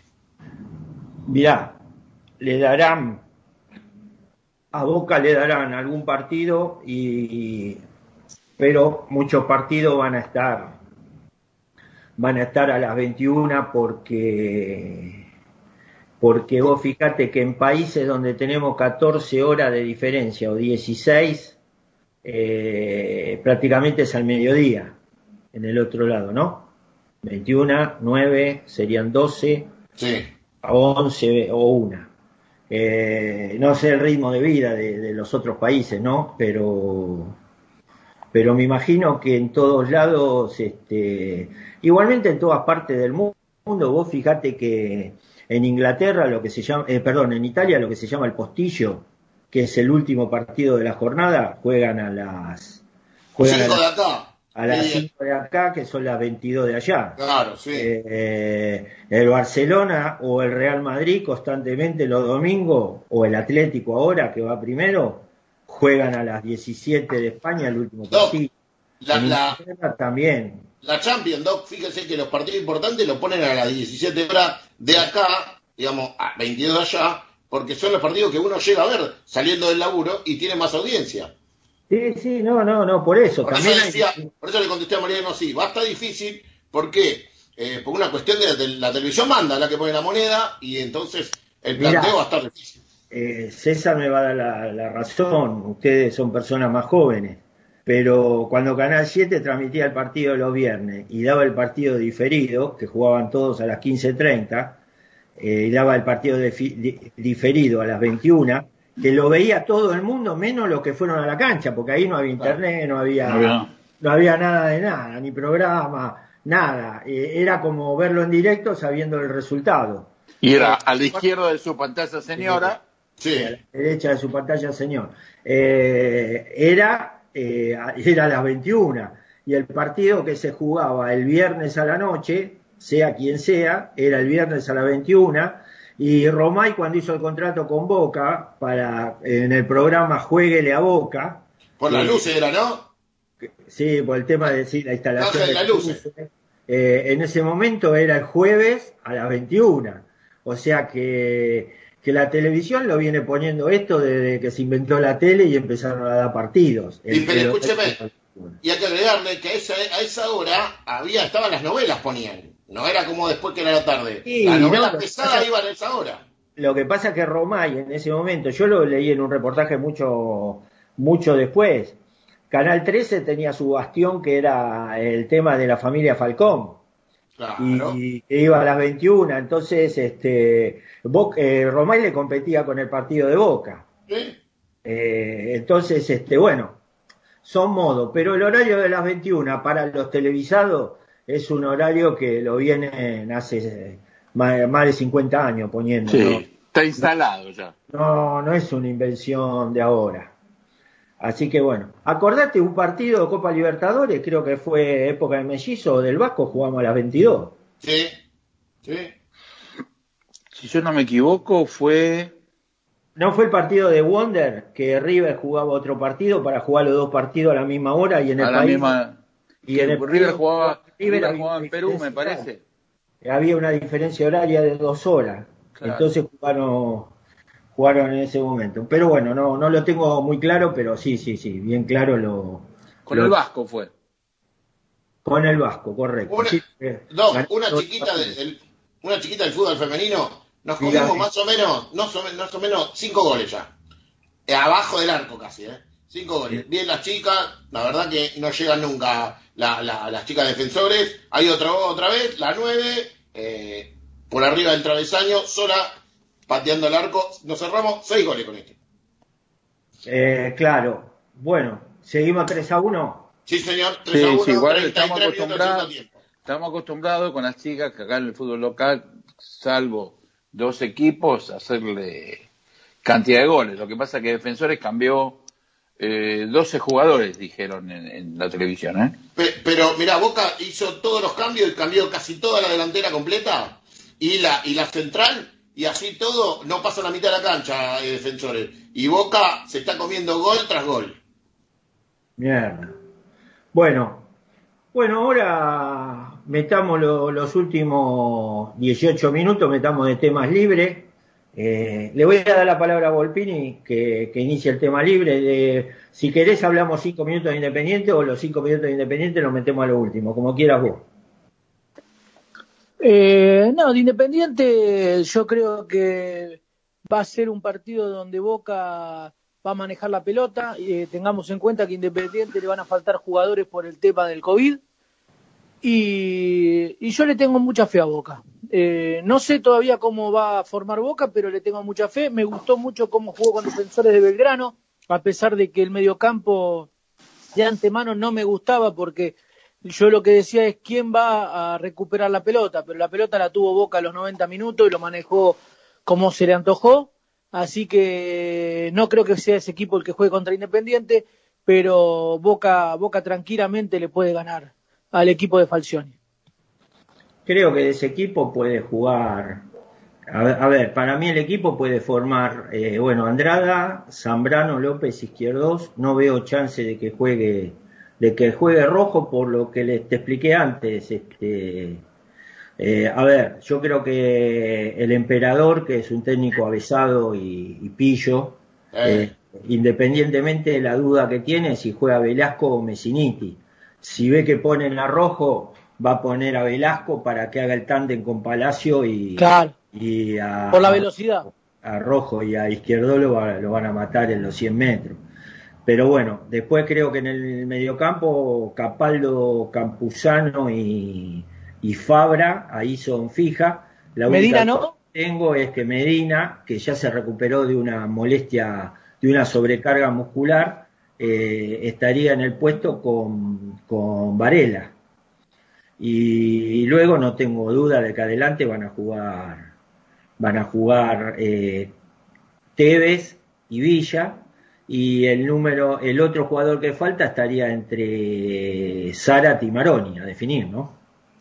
Mirá, le darán, a Boca le darán algún partido, y pero muchos partidos van a estar, van a estar a las veintiuna porque... porque vos fíjate que en países donde tenemos catorce horas de diferencia o dieciséis, eh, prácticamente es al mediodía, en el otro lado, ¿no? veintiuna, nueve, serían doce, sí. once o una. Eh, no sé el ritmo de vida de, de los otros países, ¿no? Pero, pero me imagino que en todos lados, este, igualmente en todas partes del mundo, vos fíjate que en Inglaterra lo que se llama, eh, perdón, en Italia lo que se llama el postillo, que es el último partido de la jornada, juegan a las juegan cinco a, de acá. A las sí. cinco de acá, que son las veintidós de allá. Claro, sí. Eh, el Barcelona o el Real Madrid constantemente los domingos, o el Atlético ahora, que va primero, juegan a las diecisiete de España el último partido. La, en la, Inglaterra también. La Champions, Doc, fíjense que los partidos importantes los ponen a las diecisiete horas de acá, digamos, a veintidós de allá, porque son los partidos que uno llega a ver saliendo del laburo y tiene más audiencia. Sí, sí, no, no, no, por eso. Por, también eso, decía, hay... por eso le contesté a Mariano, sí, va a estar difícil, ¿por qué? Eh, por una cuestión de, de la televisión manda, la que pone la moneda, y entonces el planteo Mirá, va a estar difícil. Eh, César me va a dar la, la razón, ustedes son personas más jóvenes. Pero cuando Canal siete transmitía el partido los viernes y daba el partido diferido, que jugaban todos a las quince treinta, eh, y daba el partido de, di, diferido a las veintiuna, que lo veía todo el mundo, menos los que fueron a la cancha, porque ahí no había internet, no había, no había, no había nada de nada, ni programa, nada. Eh, era como verlo en directo sabiendo el resultado. Y era a la izquierda de su pantalla, señora. Sí. A la derecha de su pantalla, señor. Eh, era... Eh, era a las veintiuna, y el partido que se jugaba el viernes a la noche, sea quien sea, era el viernes a las veintiuna, Y Romay, cuando hizo el contrato con Boca, para en el programa Juéguele a Boca. Por las luces era, ¿no? Sí, por el tema de sí, la instalación de las luces. luces. Eh, en ese momento era el jueves a las veintiuna. O sea que, que la televisión lo viene poniendo esto desde que se inventó la tele y empezaron a dar partidos. Y pero el, escúcheme, y hay que agregarle que a esa, a esa hora había, estaban las novelas ponían. No era como después que era la tarde. Sí, las novelas no, pesadas iban a esa hora. Lo que pasa es que Romay en ese momento, yo lo leí en un reportaje mucho, mucho después. Canal trece tenía su bastión que era el tema de la familia Falcón. Claro. Y, y iba a las veintiuna, entonces este Boca, eh, Romay le competía con el partido de Boca. ¿Sí? Eh, entonces, este bueno, son modos, pero el horario de las veintiuna para los televisados es un horario que lo vienen hace eh, más, más de cincuenta años poniendo. Sí, ¿no? Está instalado ya. No, no es una invención de ahora. Así que bueno, acordate un partido de Copa Libertadores, creo que fue época de Mellizo del Vasco, jugamos a las veintidós. Sí, sí. Si yo no me equivoco, fue... ¿No fue el partido de Wonder, que River jugaba otro partido para jugar los dos partidos a la misma hora y en el a la país? Misma... Y en el River país, jugaba, River River jugaba en Perú, me parece. Había una diferencia horaria de dos horas. Claro. Entonces jugaron, jugaron en ese momento. Pero bueno, no, no lo tengo muy claro, pero sí, sí, sí, bien claro lo... Con lo, el Vasco fue. Con el Vasco, correcto. Una, sí, eh, no, una chiquita, del, del, una chiquita del fútbol femenino, nos comimos Mirá, más o menos, no, más o menos cinco goles ya. Eh, abajo del arco casi, ¿eh? Cinco goles. Bien las chicas, la verdad que no llegan nunca la, la, las chicas defensores. Hay otra, otra vez, la nueve, eh, por arriba del travesaño, sola, pateando el arco. Nos cerramos seis goles con este. Eh, claro. Bueno, ¿seguimos tres a uno? Sí, señor, tres a uno. Sí, sí, igual estamos acostumbrados, estamos acostumbrados con las chicas que acá en el fútbol local, salvo dos equipos, a hacerle cantidad de goles. Lo que pasa es que Defensores cambió eh, doce jugadores, dijeron en, en la televisión. ¿eh? Pero, pero mirá, Boca hizo todos los cambios y cambió casi toda la delantera completa y la y la central, y así todo no pasa la mitad de la cancha, eh, Defensores. Y Boca se está comiendo gol tras gol. Mierda. Bueno, bueno, ahora metamos lo, los últimos dieciocho minutos, metamos de temas libres. Eh, le voy a dar la palabra a Volpini que, que inicie el tema libre. De, si querés hablamos cinco minutos de Independiente o los cinco minutos de Independiente los metemos a lo último, como quieras vos. Eh, no, de Independiente yo creo que va a ser un partido donde Boca va a manejar la pelota. Eh, tengamos en cuenta que a Independiente le van a faltar jugadores por el tema del COVID. Y, y yo le tengo mucha fe a Boca. Eh, no sé todavía cómo va a formar Boca, pero le tengo mucha fe. Me gustó mucho cómo jugó con Defensores de Belgrano, a pesar de que el mediocampo de antemano no me gustaba, porque yo lo que decía es quién va a recuperar la pelota, pero la pelota la tuvo Boca a los noventa minutos y lo manejó como se le antojó. Así que no creo que sea ese equipo el que juegue contra Independiente, pero Boca, Boca tranquilamente le puede ganar al equipo de Falcioni. Creo que de ese equipo puede jugar, a ver, a ver para mí el equipo puede formar, eh, bueno, Andrada, Zambrano, López, Izquierdos. No veo chance de que juegue, de que juegue Rojo, por lo que les te expliqué antes. Este, eh, a ver, yo creo que el Emperador, que es un técnico avesado y, y pillo, eh. Eh, independientemente de la duda que tiene si juega Velasco o Messiniti. Si ve que ponen a Rojo, va a poner a Velasco para que haga el tándem con Palacio y, claro. y a, por la velocidad. A, a Rojo y a Izquierdo lo, va, lo van a matar en los cien metros. Pero bueno, después creo que en el mediocampo Capaldo, Campuzano y, y Fabra, ahí son fijas. La Medina no. Que tengo es que Medina, que ya se recuperó de una molestia, de una sobrecarga muscular, Eh, estaría en el puesto con, con Varela. Y, y luego no tengo duda de que adelante van a jugar van a jugar eh, Tevez y Villa, y el número el otro jugador que falta estaría entre Zárate y Maroni a definir, ¿no?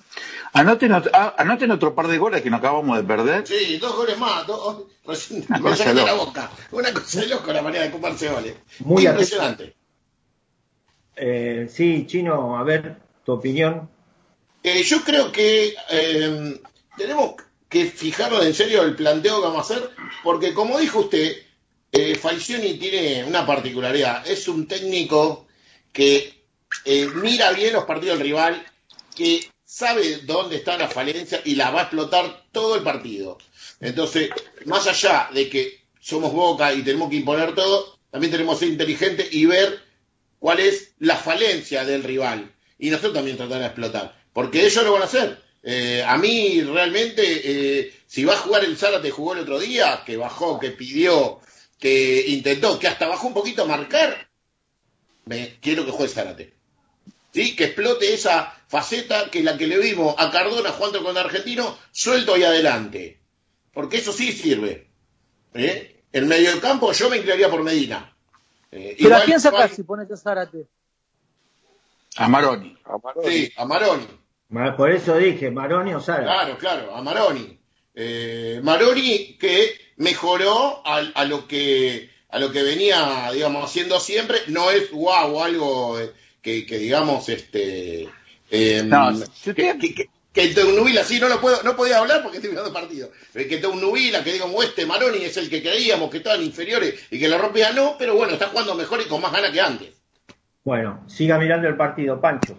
Anoten, otro- ah, anoten otro par de goles que nos acabamos de perder. Sí, dos goles más, dos, recién Una me cosa sacaste la loca. boca. Una cosa de loco la manera de comerse goles. Muy Impresionante. Eh, sí, Chino, a ver, tu opinión. Eh, yo creo que eh, tenemos que fijarnos en serio el planteo que vamos a hacer, porque como dijo usted, eh, Falcioni tiene una particularidad. Es un técnico que eh, mira bien los partidos del rival, que sabe dónde está la falencia y la va a explotar todo el partido. Entonces, más allá de que somos Boca y tenemos que imponer todo, también tenemos que ser inteligentes y ver cuál es la falencia del rival. Y nosotros también tratar de explotar. Porque ellos lo van a hacer. Eh, a mí realmente, eh, si va a jugar el Zárate, jugó el otro día, que bajó, que pidió, que intentó, que hasta bajó un poquito a marcar, me quiero que juegue Zárate. ¿Sí? Que explote esa faceta que es la que le vimos a Cardona jugando con el Argentino, suelto y adelante. Porque eso sí sirve. ¿Eh? En medio del campo yo me inclinaría por Medina. Eh, ¿Pero igual- a quién sacás igual- si pones a Zárate? A Maroni. Sí, a Maroni. Ma- Por eso dije, Maroni o Sara. Claro, claro, a Maroni. Eh, Maroni que mejoró a, a lo que a lo que venía, digamos, haciendo siempre. No es guau, algo eh, que, que digamos, este, eh, No, que, que, que, que te obnubila, sí, no lo puedo, no podía hablar porque estoy mirando partido. Eh, Que te obnubila, que digamos, este Maroni es el que creíamos que estaban inferiores y que la rompía, no, pero bueno, está jugando mejor y con más ganas que antes. Bueno, siga mirando el partido, Pancho.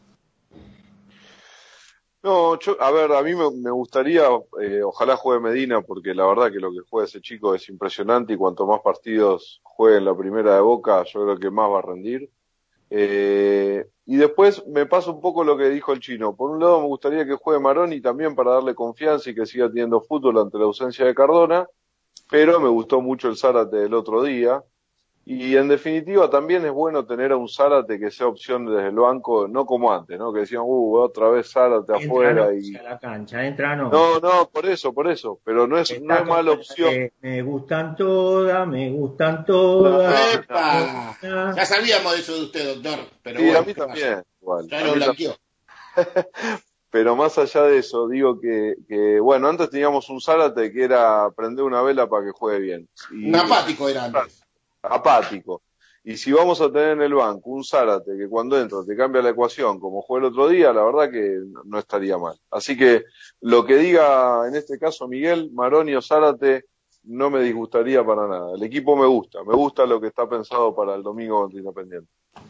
No, yo, a ver, a mí me, me gustaría, eh, ojalá juegue Medina, porque la verdad que lo que juega ese chico es impresionante y cuanto más partidos juegue en la primera de Boca, yo creo que más va a rendir. Eh, y después me pasa un poco lo que dijo el Chino. Por un lado me gustaría que juegue Maroni también para darle confianza y que siga teniendo fútbol ante la ausencia de Cardona, pero me gustó mucho el Zárate del otro día. Y en definitiva también es bueno tener a un Zárate que sea opción desde el banco, no como antes, ¿no? Que decían, uh, otra vez Zárate afuera y... a la cancha, entra no. No, no, por eso, por eso, pero no es, no Está es mala con- opción. eh, me gustan todas, me gustan todas. ¡Epa! Ya sabíamos de eso de usted, doctor. Pero Sí, bueno, a mí ¿qué pasa? también, igual. Ya A lo mí blanqueó. Pero más allá de eso, digo que, que, bueno, antes teníamos un Zárate que era prender una vela para que juegue bien. Y, Un apático era antes. apático. Y si vamos a tener en el banco un Zárate que cuando entra te cambia la ecuación como juega el otro día, la verdad que no, no estaría mal. Así que lo que diga en este caso Miguel, Maroni o Zárate, no me disgustaría para nada. El equipo me gusta, me gusta lo que está pensado para el domingo contra Independiente.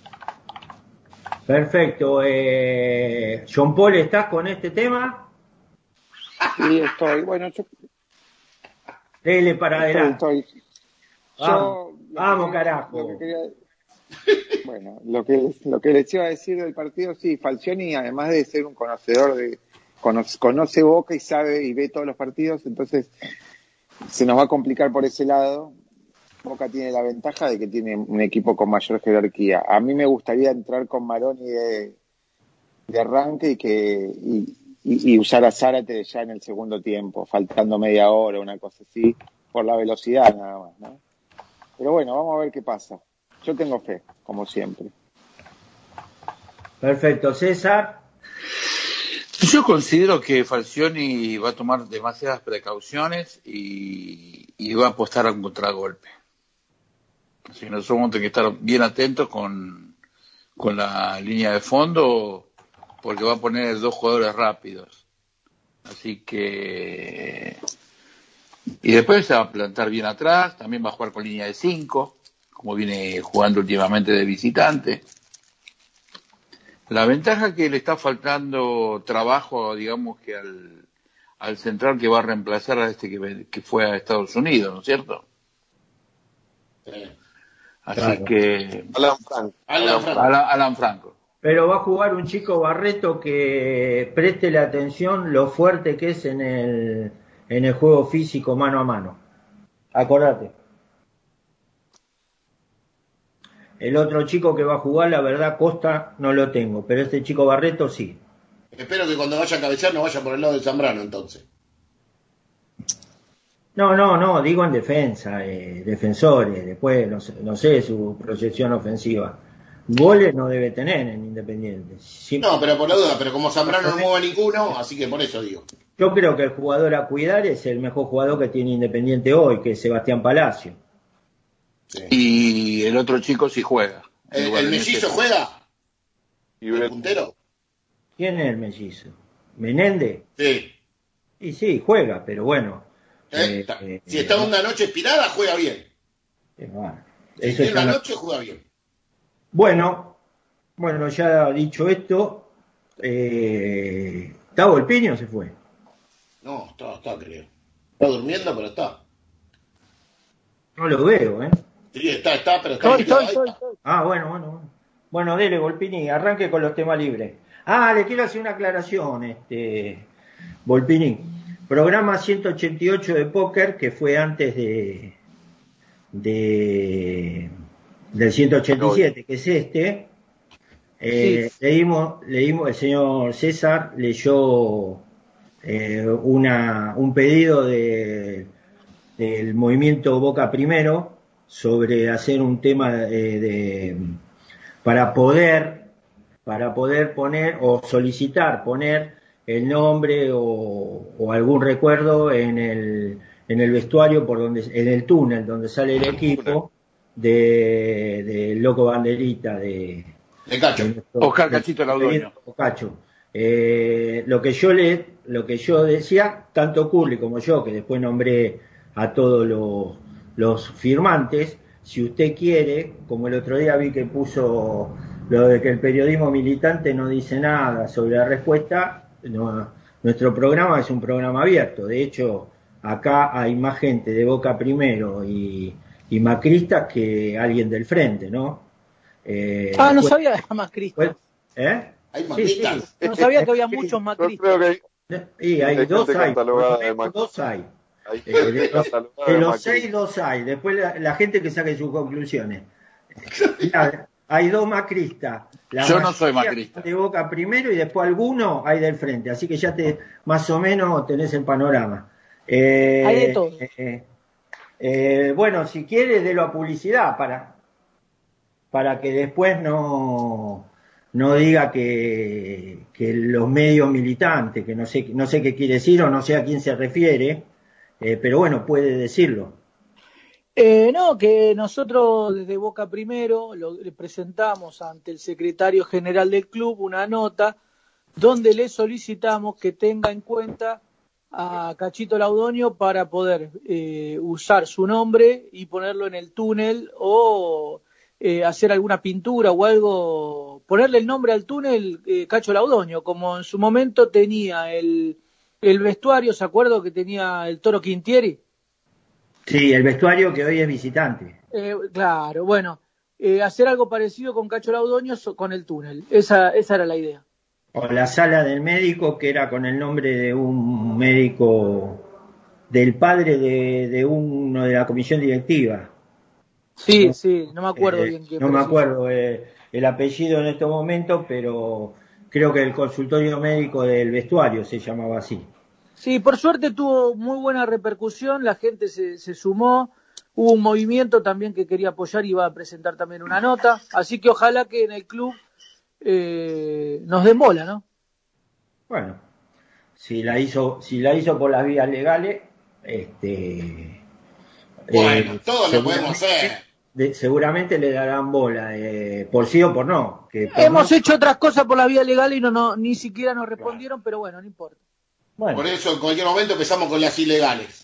Perfecto. Eh, John Paul, ¿estás con este tema? Sí, estoy. Bueno, yo Dele para estoy, adelante. estoy. Vamos, Yo, lo vamos, que- carajo. lo que quería- bueno, lo que, lo que les iba a decir del partido, sí, Falcioni, además de ser un conocedor de, conoce, conoce Boca y sabe y ve todos los partidos, entonces se nos va a complicar por ese lado. Boca tiene la ventaja de que tiene un equipo con mayor jerarquía. A mí me gustaría entrar con Maroni de, de arranque y que y, y, y usar a Zárate ya en el segundo tiempo, faltando media hora, una cosa así, por la velocidad nada más, ¿no? Pero bueno, vamos a ver qué pasa. Yo tengo fe, como siempre. Perfecto. César. Yo considero que Falcioni va a tomar demasiadas precauciones y, y va a apostar a un contragolpe. Así que nosotros vamos a tener que estar bien atentos con, con la línea de fondo porque va a poner dos jugadores rápidos. Así que... Y después se va a plantar bien atrás, también va a jugar con línea de cinco, como viene jugando últimamente de visitante. La ventaja es que le está faltando trabajo, digamos, que al, al central que va a reemplazar a este que, que fue a Estados Unidos, ¿no es cierto? Así Claro. que... Alan Franco. Alan Franco. Alan, Alan Franco. Pero va a jugar un chico Barreto que preste la atención lo fuerte que es en el, en el juego físico mano a mano. Acordate. El otro chico que va a jugar, la verdad, Costa no lo tengo, pero este chico Barreto sí. Espero que cuando vaya a cabecear no vaya por el lado de Zambrano, entonces. No, no, no, digo en defensa, eh, defensores, después no sé, no sé su proyección ofensiva. Goles no debe tener en Independiente. Siempre... No, pero por la duda, pero como Zambrano no mueve ninguno, así que por eso digo. Yo creo que el jugador a cuidar es el mejor jugador que tiene Independiente hoy, que es Sebastián Palacio. Sí. Y el otro chico sí juega. ¿El, el mellizo juega? ¿Y ¿El puntero? ¿Quién es el mellizo? ¿Menéndez? Sí. Y sí, juega, pero bueno. ¿Eh? Eh, eh, si está una noche inspirada, juega bien. Eh, bueno, si eso tiene es la una... noche, juega bien. Bueno, bueno, ya dicho esto, eh, ¿está Volpini o se fue? No, está, está, creo. Está durmiendo, pero está. No lo veo, ¿eh? Sí, está, está, pero está. Estoy, estoy, estoy, estoy. Ah, bueno, bueno, bueno. Bueno, dele, Volpini, arranque con los temas libres. Ah, le quiero hacer una aclaración, este, Volpini. Programa ciento ochenta y ocho de póker, que fue antes de, de del ciento ochenta y siete, que es este. Eh, sí. leímos, leímos, el señor César leyó eh, una, un pedido de, del movimiento Boca Primero sobre hacer un tema eh, de para poder para poder poner o solicitar poner el nombre o, o algún recuerdo en el en el vestuario por donde en el túnel donde sale el equipo de, de Loco Banderita de, de Cacho de nuestro, Oscar Cachito Laudoño. Cacho. Eh, lo que yo le lo que yo decía, tanto Curly como yo, que después nombré a todos los, los firmantes, si usted quiere, como el otro día vi que puso lo de que el periodismo militante no dice nada sobre la respuesta, no, nuestro programa es un programa abierto. De hecho, acá hay más gente de Boca Primero y, y macristas que alguien del frente, ¿no? Eh, ah, no pues, sabía de macristas. ¿Eh? Hay macristas. Sí, sí. No sabía que había muchos macristas. Y hay, hay dos, hay, dos hay. Hay eh, de los, de los seis, dos hay. Después la, la gente que saque sus conclusiones. Mirá, hay dos macristas. La Yo no soy macrista. De Boca Primero y después alguno hay del frente. Así que ya te más o menos tenés el panorama. Eh, hay de todo. Eh, eh, bueno, si quieres, délo a publicidad para, para que después no... no diga que, que los medios militantes, que no sé, no sé qué quiere decir o no sé a quién se refiere, eh, pero bueno, puede decirlo. Eh, no, que nosotros desde Boca Primero lo, le presentamos ante el secretario general del club una nota donde le solicitamos que tenga en cuenta a Cachito Laudoño para poder eh, usar su nombre y ponerlo en el túnel o... Eh, hacer alguna pintura o algo, ponerle el nombre al túnel eh, Cacho Laudoño, como en su momento tenía el, el vestuario, ¿se acuerda que tenía el Toro Quintieri? Sí, el vestuario que hoy es visitante. Eh, claro, bueno, eh, hacer algo parecido con Cacho Laudoño con el túnel, esa, esa era la idea. O la sala del médico, que era con el nombre de un médico, del padre de, de uno de la comisión directiva. Sí, sí, no me acuerdo eh, bien quién. No me acuerdo eh, el apellido en estos momentos, pero creo que el consultorio médico del vestuario se llamaba así. Sí, por suerte tuvo muy buena repercusión, la gente se, se sumó, hubo un movimiento también que quería apoyar y iba a presentar también una nota, así que ojalá que en el club eh, nos den bola, ¿no? Bueno, si la hizo, si la hizo por las vías legales, este... Bueno, eh, todo lo podemos hacer. De, seguramente le darán bola, eh, por sí o por no. Que por Hemos no... hecho otras cosas por la vía legal y no, no ni siquiera nos respondieron, pero bueno, no importa. Bueno. Por eso en cualquier momento empezamos con las ilegales.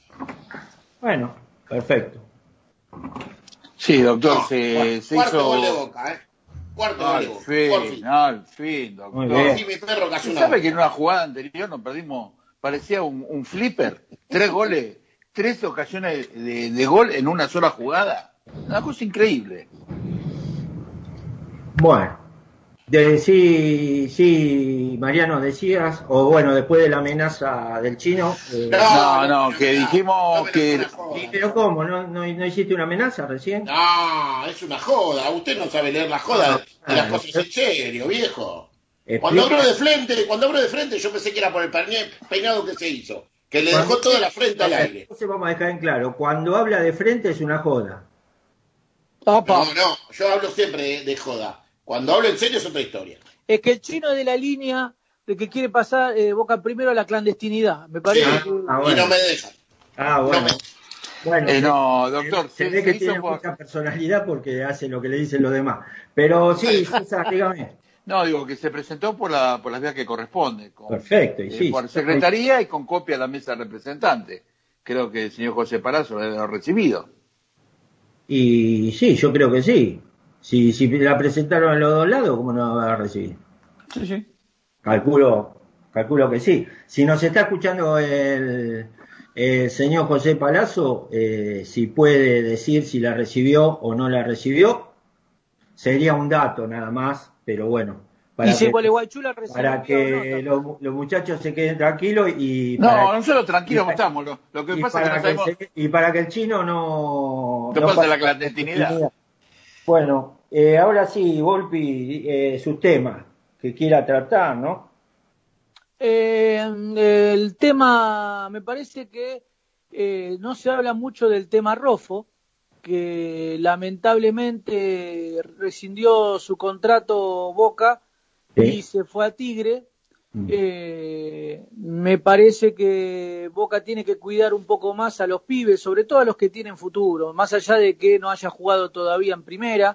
Bueno, perfecto. Sí, doctor, no, se, se cuarto hizo... gol de Boca, ¿eh? Cuarto al gol de Boca. Fin, por fin. al fin, doctor. Sí, mi perro cayó una ¿Sabe que en una jugada anterior nos perdimos? Parecía un, un flipper. Tres goles, tres ocasiones de, de gol en una sola jugada. Una cosa increíble. Bueno, de, sí, sí, Mariano, decías, o bueno, después de la amenaza del chino. Eh, no, no, no, que dijimos no, que. ¿Pero cómo? ¿No, no, ¿No hiciste una amenaza recién? No, es una joda. Usted no sabe leer la joda ah, de las ah, cosas en serio, viejo. Cuando abro de frente, cuando abro de frente, yo pensé que era por el peinado que se hizo, que le dejó toda la frente al aire. Entonces vamos a dejar en claro, cuando habla de frente es una joda. Opa. No, no, yo hablo siempre de, de joda. Cuando hablo en serio es otra historia. Es que el chino es de la línea de que quiere pasar eh, Boca primero a la clandestinidad. Me parece Sí, que... ah, bueno. Y no me deja. Ah, bueno. No me... Bueno, Eh, no, doctor, se, se- ve que se tiene hizo por- mucha personalidad porque hace lo que le dicen los demás. Pero sí, César, dígame. No, digo que se presentó por, la, por las vías que corresponde. Con, Perfecto, y eh, sí. por secretaría y con copia a la mesa representante. Creo que el señor José Palazzo lo ha recibido. Y sí, yo creo que sí. Si, si la presentaron a los dos lados, ¿cómo no la va a recibir? Sí, sí. Calculo, calculo que sí. Si nos está escuchando el, el señor José Palazzo, eh, si puede decir si la recibió o no la recibió, sería un dato nada más, pero bueno. Para y si que, Gualeguaychú la recibió para que o no, los, los muchachos se queden tranquilos y... No, para, nosotros tranquilos y- estamos. Lo, lo que y pasa es que para no sabemos. se- y para que el chino no... No pase pase la clandestinidad. Bueno, eh, ahora sí, Volpi, eh, sus temas que quiera tratar, ¿no? Eh, el tema, me parece que eh, no se habla mucho del tema Rofo, que lamentablemente rescindió su contrato Boca y se fue a Tigre. Eh, me parece que Boca tiene que cuidar un poco más a los pibes, sobre todo a los que tienen futuro, más allá de que no haya jugado todavía en primera.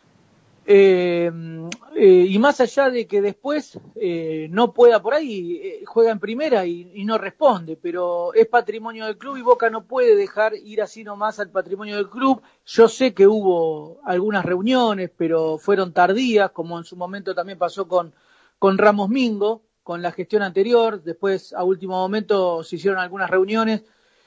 Eh, eh, y más allá de que después eh, no pueda por ahí, eh, juega en primera y, y no responde, pero es patrimonio del club y Boca no puede dejar ir así nomás al patrimonio del club. Yo sé que hubo algunas reuniones, pero fueron tardías, como en su momento también pasó con, con Ramos Mingo, con la gestión anterior. Después a último momento se hicieron algunas reuniones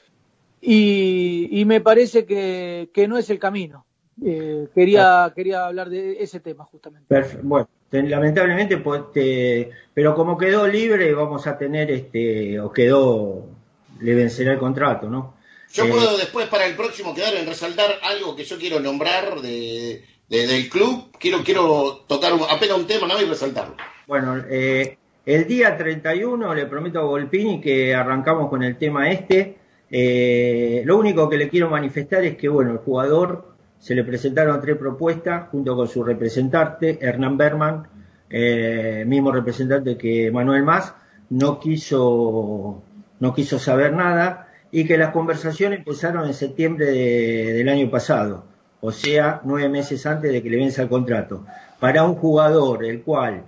y, y me parece que, que no es el camino. Eh, quería quería hablar de ese tema justamente. Perfe- Bueno, te- lamentablemente, pues, te- pero como quedó libre, vamos a tener, este, o quedó, le vencerá el contrato, ¿no? Yo Eh, puedo después para el próximo quedar en resaltar algo que yo quiero nombrar de, de- del club. Quiero quiero tocar un- apenas un tema, ¿no? Y resaltarlo. Bueno, eh, el día treinta y uno le prometo a Volpini que arrancamos con el tema este. Eh, lo único que le quiero manifestar es que, bueno, el jugador se le presentaron tres propuestas junto con su representante, Hernán Berman, eh, mismo representante que Manuel Mas, no quiso, no quiso saber nada y que las conversaciones empezaron en septiembre de- del año pasado, o sea, nueve meses antes de que le venza el contrato. Para un jugador el cual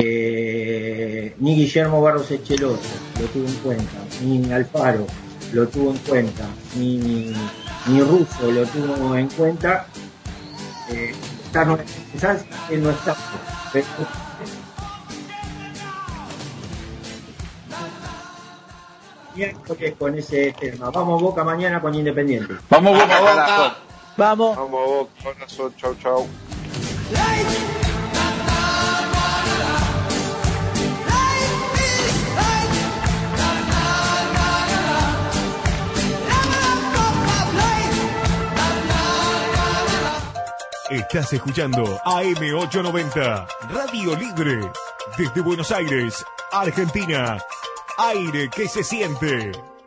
eh, ni Guillermo Barros Echeloto lo tuvo en cuenta, ni Alfaro lo tuvo en cuenta, ni, ni Russo lo tuvo en cuenta, eh, está nueve meses antes, él no está. Pero, miércoles con ese tema. Vamos Boca mañana con Independiente. Vamos Boca, Vamos, carajo. Vamos. Vamos, Boca. Abrazo, chau, chau. Estás escuchando A M ochocientos noventa, Radio Libre, desde Buenos Aires, Argentina. Aire que se siente.